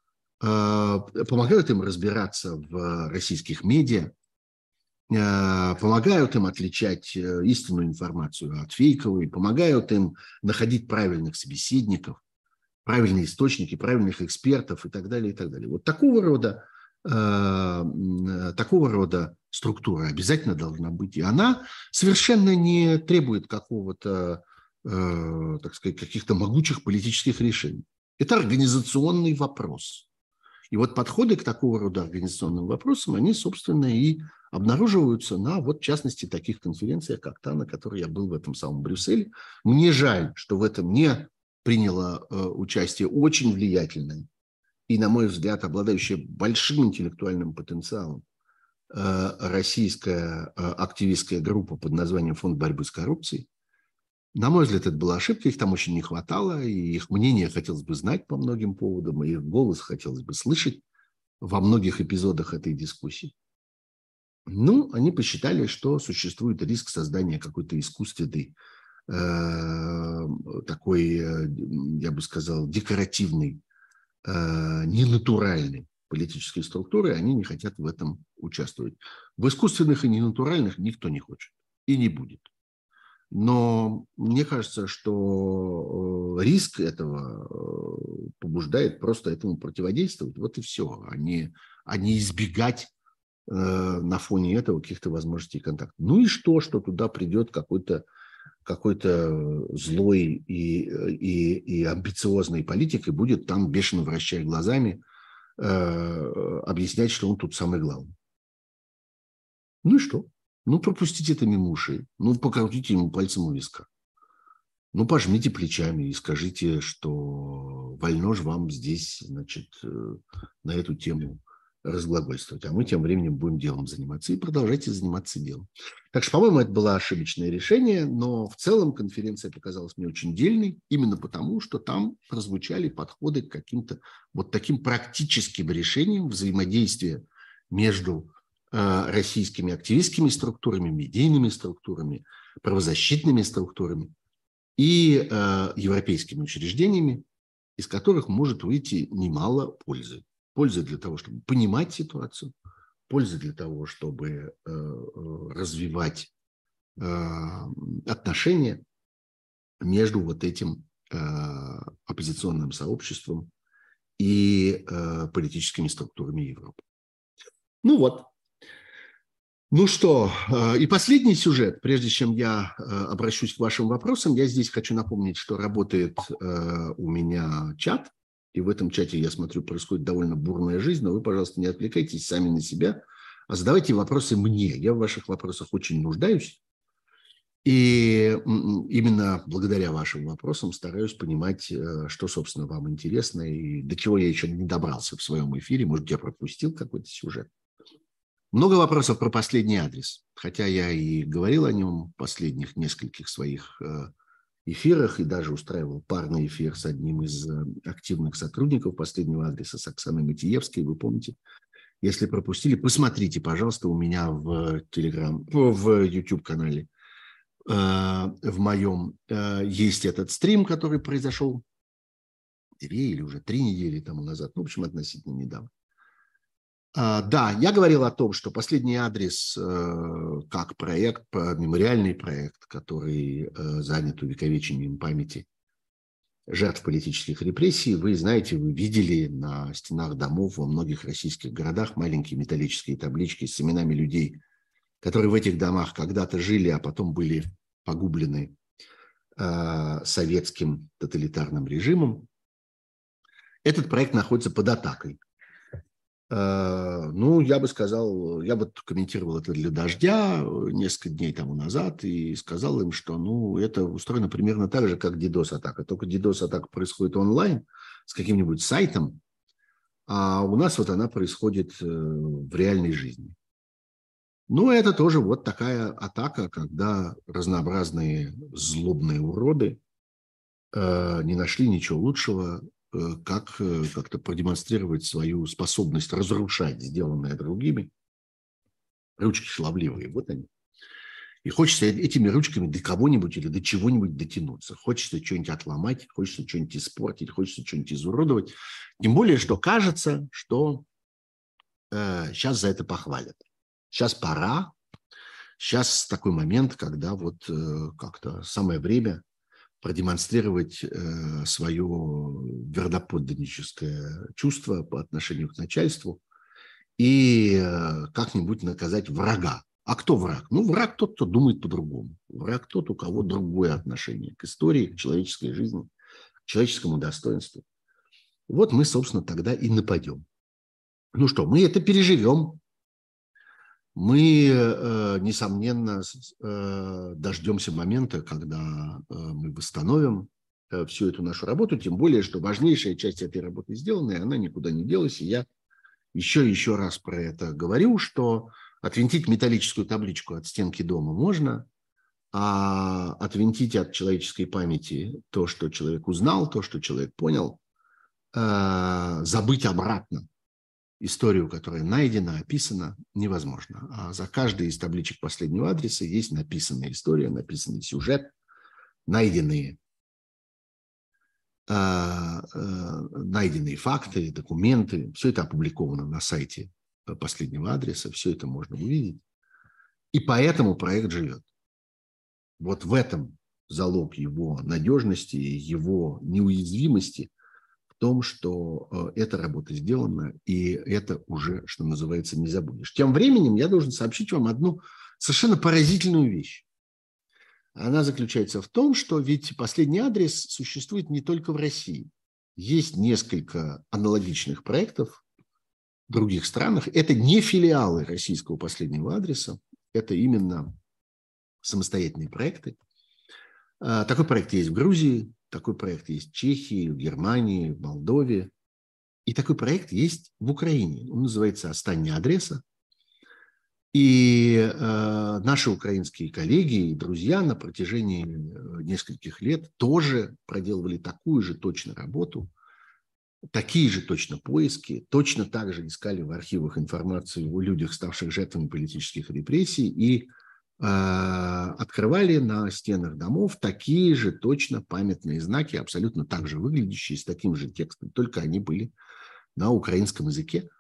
помогают им разбираться в российских медиа, помогают им отличать истинную информацию от фейковой, помогают им находить правильных собеседников, правильные источники, правильных экспертов и так далее, и так далее. Вот такого рода, такого рода структура обязательно должна быть. И она совершенно не требует какого-то, так сказать, каких-то могучих политических решений. Это организационный вопрос. И вот подходы к такого рода организационным вопросам, они, собственно, и обнаруживаются на, вот, в частности, таких конференциях, как та, на которой я был в этом самом Брюсселе. Мне жаль, что в этом не приняло э, участие очень влиятельное и, на мой взгляд, обладающая большим интеллектуальным потенциалом э, российская э, активистская группа под названием «Фонд борьбы с коррупцией». На мой взгляд, это была ошибка, их там очень не хватало, и их мнение хотелось бы знать по многим поводам, и их голос хотелось бы слышать во многих эпизодах этой дискуссии. Ну, они посчитали, что существует риск создания какой-то искусственной, э, такой, э, я бы сказал, декоративной, э, ненатуральной политической структуры. Они не хотят в этом участвовать. В искусственных и ненатуральных никто не хочет и не будет. Но мне кажется, что риск этого побуждает просто этому противодействовать. Вот и все, а не, а не избегать э, на фоне этого каких-то возможностей контакта. Ну и что, что туда придет какой-то какой-то злой и, и, и амбициозный политик и будет там, бешено вращая глазами, э, объяснять, что он тут самый главный. Ну и что? Ну, пропустите это мимо ушей. Ну, покрутите ему пальцем у виска. Ну, пожмите плечами и скажите, что вольно же вам здесь, значит, на эту тему разглагольствовать. А мы тем временем будем делом заниматься. И продолжайте заниматься делом. Так что, по-моему, это было ошибочное решение, но в целом конференция показалась мне очень дельной, именно потому, что там прозвучали подходы к каким-то вот таким практическим решениям взаимодействия между российскими активистскими структурами, медийными структурами, правозащитными структурами и э, европейскими учреждениями, из которых может выйти немало пользы. Пользы для того, чтобы понимать ситуацию, пользы для того, чтобы э, развивать э, отношения между вот этим э, оппозиционным сообществом и э, политическими структурами Европы. Ну вот. Ну что, и последний сюжет, прежде чем я обращусь к вашим вопросам, я здесь хочу напомнить, что работает у меня чат, и в этом чате, я смотрю, происходит довольно бурная жизнь, но вы, пожалуйста, не отвлекайтесь сами на себя, а задавайте вопросы мне. Я в ваших вопросах очень нуждаюсь, и именно благодаря вашим вопросам стараюсь понимать, что, собственно, вам интересно, и до чего я еще не добрался в своем эфире, может, я пропустил какой-то сюжет. Много вопросов про последний адрес, хотя я и говорил о нем в последних нескольких своих эфирах и даже устраивал парный эфир с одним из активных сотрудников последнего адреса, с Оксаной Матиевской, вы помните. Если пропустили, посмотрите, пожалуйста, у меня в Telegram, в YouTube-канале, в моем есть этот стрим, который произошел две или уже три недели тому назад, ну, в общем, относительно недавно. Да, я говорил о том, что последний адрес как проект, мемориальный проект, который занят увековечением памяти жертв политических репрессий. Вы знаете, вы видели на стенах домов во многих российских городах маленькие металлические таблички с именами людей, которые в этих домах когда-то жили, а потом были погублены советским тоталитарным режимом. Этот проект находится под атакой. Ну, я бы сказал, я бы комментировал это для «Дождя» несколько дней тому назад и сказал им, что ну, это устроено примерно так же, как DDoS-атака. Только DDoS-атака происходит онлайн с каким-нибудь сайтом, а у нас вот она происходит в реальной жизни. Ну, это тоже вот такая атака, когда разнообразные злобные уроды не нашли ничего лучшего, как как-то продемонстрировать свою способность разрушать сделанное другими. Ручки шаловливые, вот они. И хочется этими ручками до кого-нибудь или до чего-нибудь дотянуться. Хочется что-нибудь отломать, хочется что-нибудь испортить, хочется что-нибудь изуродовать. Тем более, что кажется, что э, сейчас за это похвалят. Сейчас пора, сейчас такой момент, когда вот э, как-то самое время продемонстрировать э, свое верноподданническое чувство по отношению к начальству и э, как-нибудь наказать врага. А кто враг? Ну, враг тот, кто думает по-другому. Враг тот, у кого другое отношение к истории, к человеческой жизни, к человеческому достоинству. Вот мы, собственно, тогда и нападем. Ну что, мы это переживем. Мы, э, несомненно, э, дождемся момента, когда э, мы восстановим э, всю эту нашу работу, тем более, что важнейшая часть этой работы сделана, и она никуда не делась. И я еще и еще раз про это говорю, что отвинтить металлическую табличку от стенки дома можно, а отвинтить от человеческой памяти то, что человек узнал, то, что человек понял, э, забыть обратно историю, которая найдена, описана, невозможно. А за каждой из табличек последнего адреса есть написанная история, написанный сюжет, найденные, э, э, найденные факты, документы. Все это опубликовано на сайте последнего адреса, все это можно увидеть. И поэтому проект живет. Вот в этом залог его надежности, его неуязвимости, в том, что эта работа сделана, и это уже, что называется, не забудешь. Тем временем я должен сообщить вам одну совершенно поразительную вещь. Она заключается в том, что ведь последний адрес существует не только в России. Есть несколько аналогичных проектов в других странах. Это не филиалы российского последнего адреса, это именно самостоятельные проекты. Такой проект есть в Грузии, такой проект есть в Чехии, в Германии, в Молдове. И такой проект есть в Украине. Он называется «Останнє адреса». И э, наши украинские коллеги и друзья на протяжении нескольких лет тоже проделывали такую же точно работу, такие же точно поиски, точно так же искали в архивах информацию о людях, ставших жертвами политических репрессий, и открывали на стенах домов такие же точно памятные знаки, абсолютно так же выглядящие, с таким же текстом, только они были на украинском языке,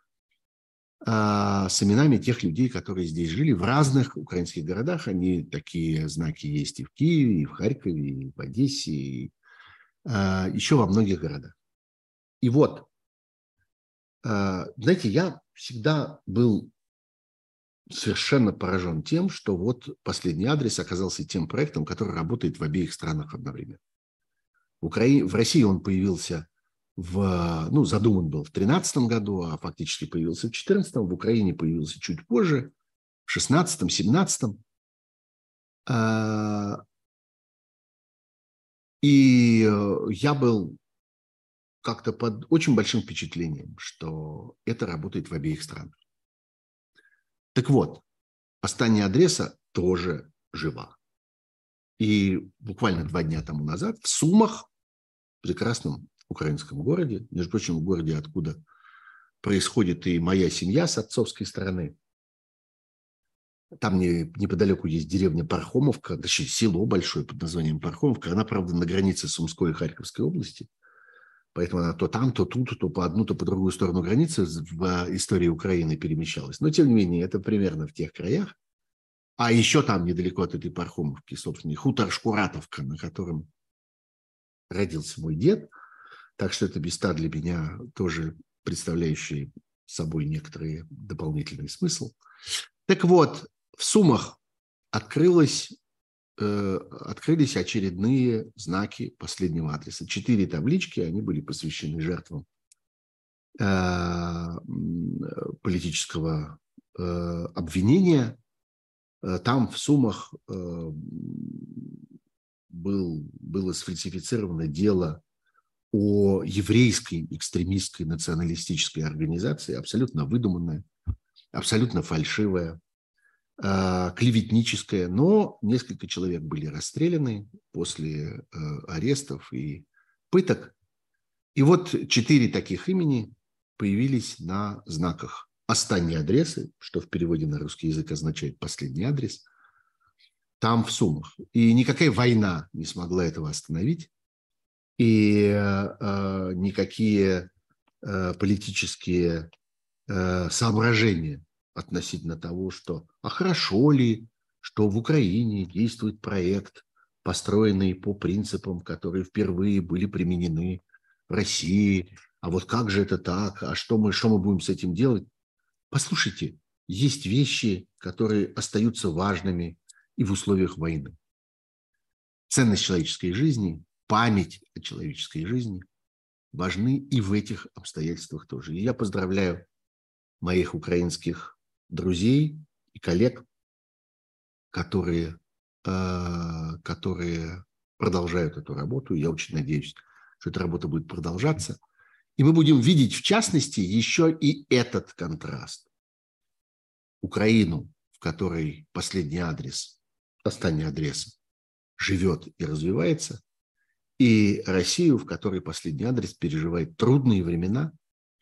с именами тех людей, которые здесь жили в разных украинских городах. Они, такие знаки есть и в Киеве, и в Харькове, и в Одессе, и еще во многих городах. И вот, знаете, я всегда был совершенно поражен тем, что вот последний адрес оказался тем проектом, который работает в обеих странах одновременно. В, Украине, в России он появился, в, ну, задуман был в две тысячи тринадцатом году, а фактически появился в две тысячи четырнадцатом. В Украине появился чуть позже, в две тысячи шестнадцатом, две тысячи семнадцатом. И я был как-то под очень большим впечатлением, что это работает в обеих странах. Так вот, «Останнє адреса» тоже жива. И буквально два дня тому назад в Сумах, в прекрасном украинском городе, между прочим, в городе, откуда происходит и моя семья с отцовской стороны, там не, неподалеку есть деревня Пархомовка, точнее, село большое под названием Пархомовка. Она, правда, на границе Сумской и Харьковской области. Поэтому она то там, то тут, то по одну, то по другую сторону границы в истории Украины перемещалась. Но, тем не менее, это примерно в тех краях. А еще там, недалеко от этой Пархомовки, собственно, хутор Шкуратовка, на котором родился мой дед. Так что это места для меня тоже представляющие собой некоторый дополнительный смысл. Так вот, в Сумах открылось... открылись очередные знаки последнего адреса. Четыре таблички, они были посвящены жертвам политического обвинения. Там в Сумах был, было сфальсифицировано дело о еврейской экстремистской националистической организации, абсолютно выдуманная, абсолютно фальшивая, клеветническая, но несколько человек были расстреляны после арестов и пыток. И вот четыре таких имени появились на знаках «Останнє адреси», что в переводе на русский язык означает «последний адрес», там в Сумах. И никакая война не смогла этого остановить, и э, никакие э, политические э, соображения относительно того, что а хорошо ли, что в Украине действует проект, построенный по принципам, которые впервые были применены в России. А вот как же это так? А что мы, что мы будем с этим делать? Послушайте, есть вещи, которые остаются важными и в условиях войны. Ценность человеческой жизни, память о человеческой жизни важны и в этих обстоятельствах тоже. И я поздравляю моих украинских друзей и коллег, которые, э, которые продолжают эту работу. Я очень надеюсь, что эта работа будет продолжаться. И мы будем видеть, в частности, еще и этот контраст. Украину, в которой последний адрес, останнє адреса, живет и развивается, и Россию, в которой последний адрес переживает трудные времена,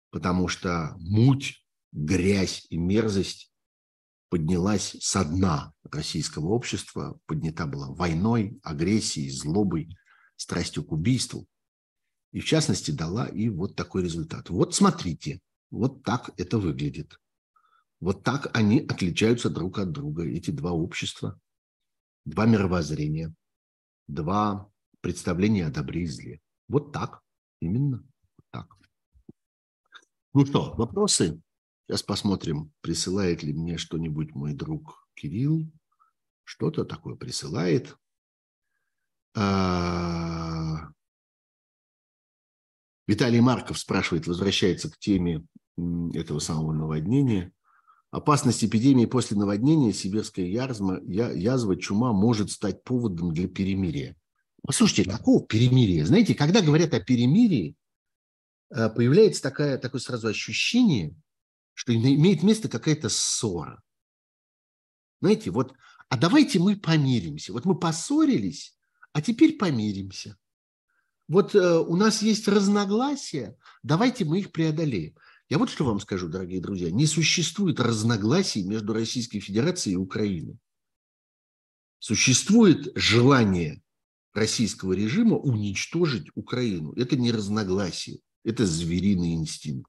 потому что муть, грязь и мерзость поднялась со дна российского общества, поднята была войной, агрессией, злобой, страстью к убийству. И, в частности, дала и вот такой результат. Вот смотрите, вот так это выглядит. Вот так они отличаются друг от друга, эти два общества, два мировоззрения, два представления о добре и зле. Вот так, именно вот так. Ну что, вопросы? Сейчас посмотрим, присылает ли мне что-нибудь мой друг Кирилл. Что-то такое присылает. А... Виталий Марков спрашивает, возвращается к теме этого самого наводнения. Опасность эпидемии после наводнения, сибирская язва, язва, чума может стать поводом для перемирия. Послушайте, какого перемирия? Знаете, когда говорят о перемирии, появляется такая, такое сразу ощущение, что имеет место какая-то ссора. Знаете, вот, а давайте мы помиримся. Вот мы поссорились, а теперь помиримся. Вот э, у нас есть разногласия, давайте мы их преодолеем. Я вот что вам скажу, дорогие друзья, не существует разногласий между Российской Федерацией и Украиной. Существует желание российского режима уничтожить Украину. Это не разногласие, это звериный инстинкт.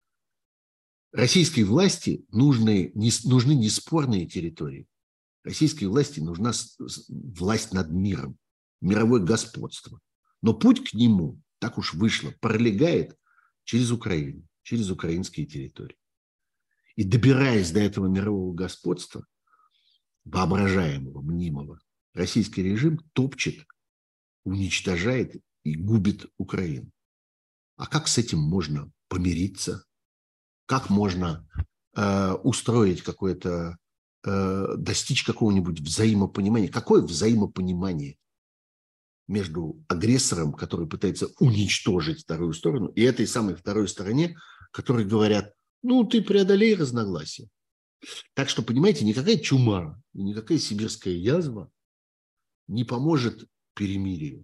Российской власти нужны, не, нужны неспорные территории. Российской власти нужна власть над миром, мировое господство. Но путь к нему, так уж вышло, пролегает через Украину, через украинские территории. И добираясь до этого мирового господства, воображаемого, мнимого, российский режим топчет, уничтожает и губит Украину. А как с этим можно помириться? Как можно э, устроить какое-то, э, достичь какого-нибудь взаимопонимания? Какое взаимопонимание между агрессором, который пытается уничтожить вторую сторону, и этой самой второй стороне, которые говорят, ну, ты преодолей разногласия. Так что, понимаете, никакая чума, никакая сибирская язва не поможет перемирию.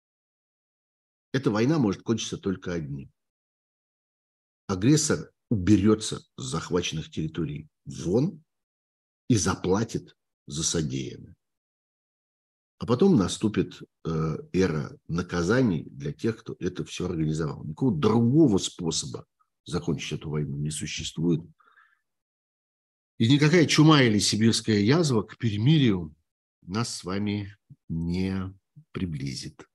Эта война может кончиться только одним. Агрессор уберется с захваченных территорий вон и заплатит за содеянное. А потом наступит э, эра наказаний для тех, кто это все организовал. Никакого другого способа закончить эту войну не существует. И никакая чума или сибирская язва к перемирию нас с вами не приблизит.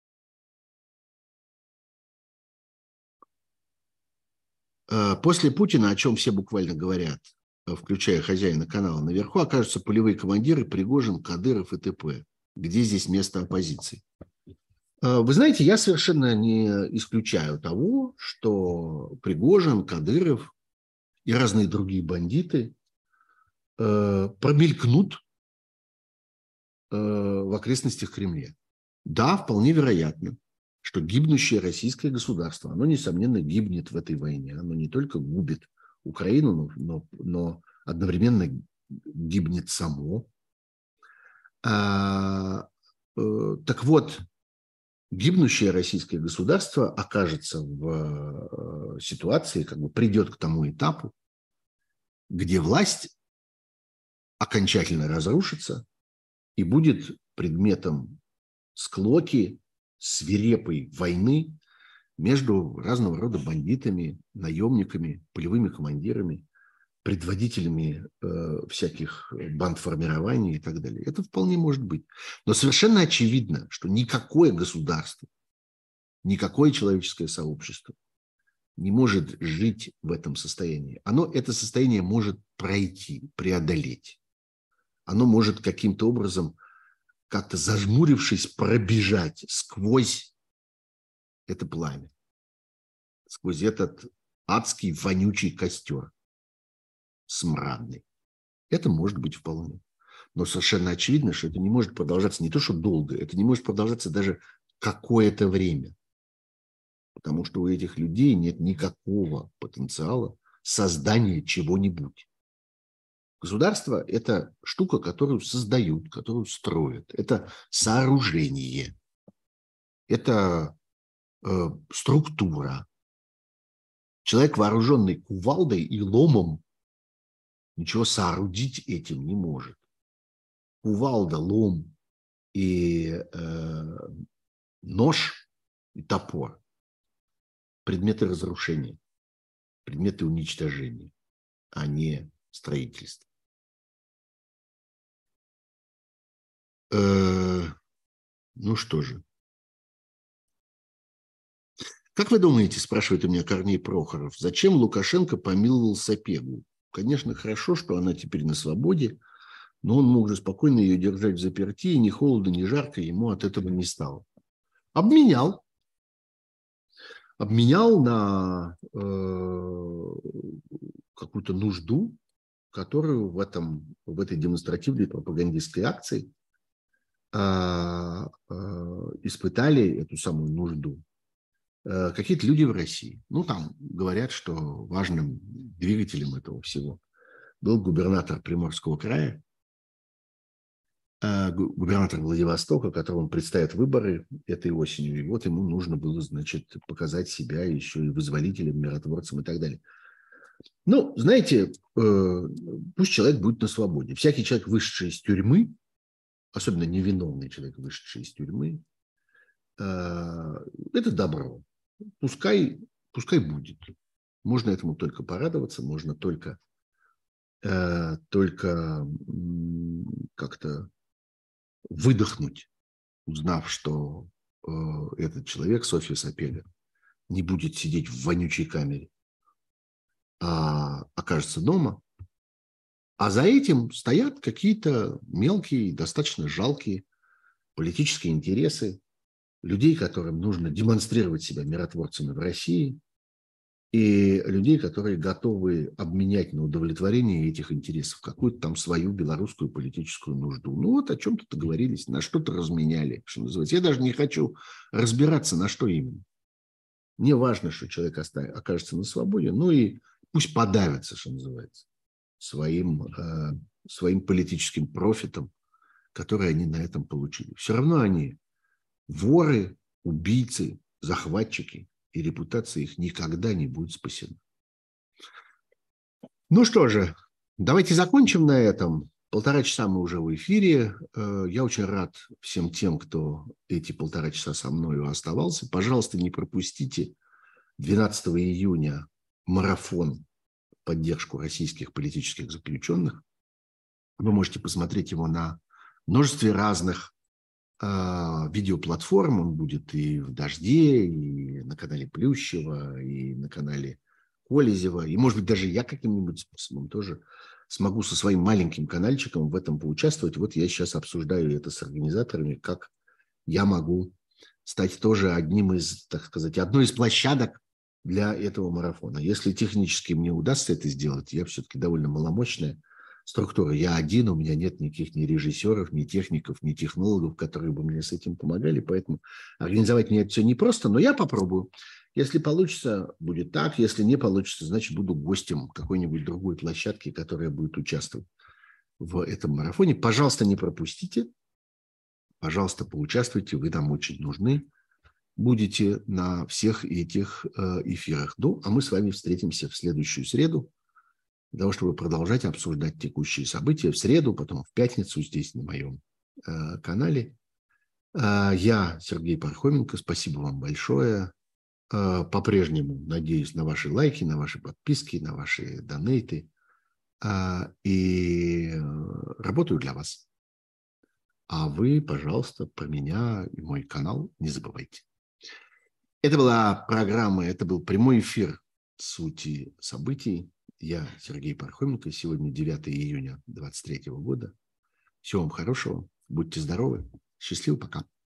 Э, после Путина, о чем все буквально говорят, включая хозяина канала наверху, окажутся полевые командиры Пригожин, Кадыров и т.п. Где здесь место оппозиции? Вы знаете, я совершенно не исключаю того, что Пригожин, Кадыров и разные другие бандиты промелькнут в окрестностях Кремля. Да, вполне вероятно, что гибнущее российское государство, оно, несомненно, гибнет в этой войне. Оно не только губит Украину, но, но одновременно гибнет само. А, э, так вот, гибнущее российское государство окажется в э, ситуации, как бы придет к тому этапу, где власть окончательно разрушится и будет предметом склоки, свирепой войны между разного рода бандитами, наемниками, полевыми командирами, предводителями э, всяких бандформирований и так далее. Это вполне может быть. Но совершенно очевидно, что никакое государство, никакое человеческое сообщество не может жить в этом состоянии. Оно это состояние может пройти, преодолеть. Оно может каким-то образом, как-то зажмурившись, пробежать сквозь это пламя, сквозь этот адский вонючий костер. Смрадный. Это может быть вполне. Но совершенно очевидно, что это не может продолжаться не то, что долго, это не может продолжаться даже какое-то время. Потому что у этих людей нет никакого потенциала создания чего-нибудь. Государство – это штука, которую создают, которую строят. Это сооружение. Это э, структура. Человек, вооруженный кувалдой и ломом, ничего соорудить этим не может. Кувалда, лом и э, нож и топор – предметы разрушения, предметы уничтожения, а не строительства. Э, ну что же. Как вы думаете, спрашивает у меня Корней Прохоров, зачем Лукашенко помиловал Сапегу? Конечно, хорошо, что она теперь на свободе, но он мог же спокойно ее держать в заперти, и ни холодно, ни жарко ему от этого не стало. Обменял. Обменял на э, какую-то нужду, которую в, этом, в этой демонстративной пропагандистской акции э, э, испытали эту самую нужду э, какие-то люди в России. Ну, там говорят, что важным двигателем этого всего был губернатор Приморского края, губернатор Владивостока, которому предстоят выборы этой осенью. И вот ему нужно было, значит, показать себя еще и вызволителем, миротворцем и так далее. Ну, знаете, пусть человек будет на свободе. Всякий человек, вышедший из тюрьмы, особенно невиновный человек, вышедший из тюрьмы, это добро. Пускай, пускай будет. Можно этому только порадоваться, можно только, только как-то выдохнуть, узнав, что э, этот человек, Софья Сапега, не будет сидеть в вонючей камере, а окажется дома. А за этим стоят какие-то мелкие, достаточно жалкие политические интересы людей, которым нужно демонстрировать себя миротворцами в России, и людей, которые готовы обменять на удовлетворение этих интересов какую-то там свою белорусскую политическую нужду. Ну вот о чем-то договорились, на что-то разменяли, что называется. Я даже не хочу разбираться, на что именно. Мне важно, что человек окажется на свободе, ну и пусть подавится, что называется, своим, э, своим политическим профитом, который они на этом получили. Все равно они воры, убийцы, захватчики, и репутация их никогда не будет спасена. Ну что же, давайте закончим на этом. Полтора часа мы уже в эфире. Я очень рад всем тем, кто эти полтора часа со мной оставался. Пожалуйста, не пропустите двенадцатого июня марафон в поддержку российских политических заключенных. Вы можете посмотреть его на множестве разных видеоплатформ. Он будет и в «Дожде», и на канале Плющева, и на канале Колезева. И, может быть, даже я каким-нибудь способом тоже смогу со своим маленьким канальчиком в этом поучаствовать. Вот я сейчас обсуждаю это с организаторами, как я могу стать тоже одним из, так сказать, одной из площадок для этого марафона. Если технически мне удастся это сделать, я все-таки довольно маломощная структура. Я один, у меня нет никаких ни режиссеров, ни техников, ни технологов, которые бы мне с этим помогали, поэтому организовать мне это все непросто, но я попробую. Если получится, будет так, если не получится, значит, буду гостем какой-нибудь другой площадки, которая будет участвовать в этом марафоне. Пожалуйста, не пропустите, пожалуйста, поучаствуйте, вы нам очень нужны. Будете на всех этих эфирах. Ну, а мы с вами встретимся в следующую среду, для того, чтобы продолжать обсуждать текущие события в среду, потом в пятницу здесь на моем э, канале. Э, я Сергей Пархоменко. Спасибо вам большое. Э, по-прежнему надеюсь на ваши лайки, на ваши подписки, на ваши донейты. Э, и работаю для вас. А вы, пожалуйста, про меня и мой канал не забывайте. Это была программа, это был прямой эфир «Сути событий». Я Сергей Пархоменко. Сегодня девятого июня две тысячи двадцать третьего года. Всего вам хорошего. Будьте здоровы. Счастливо. Пока.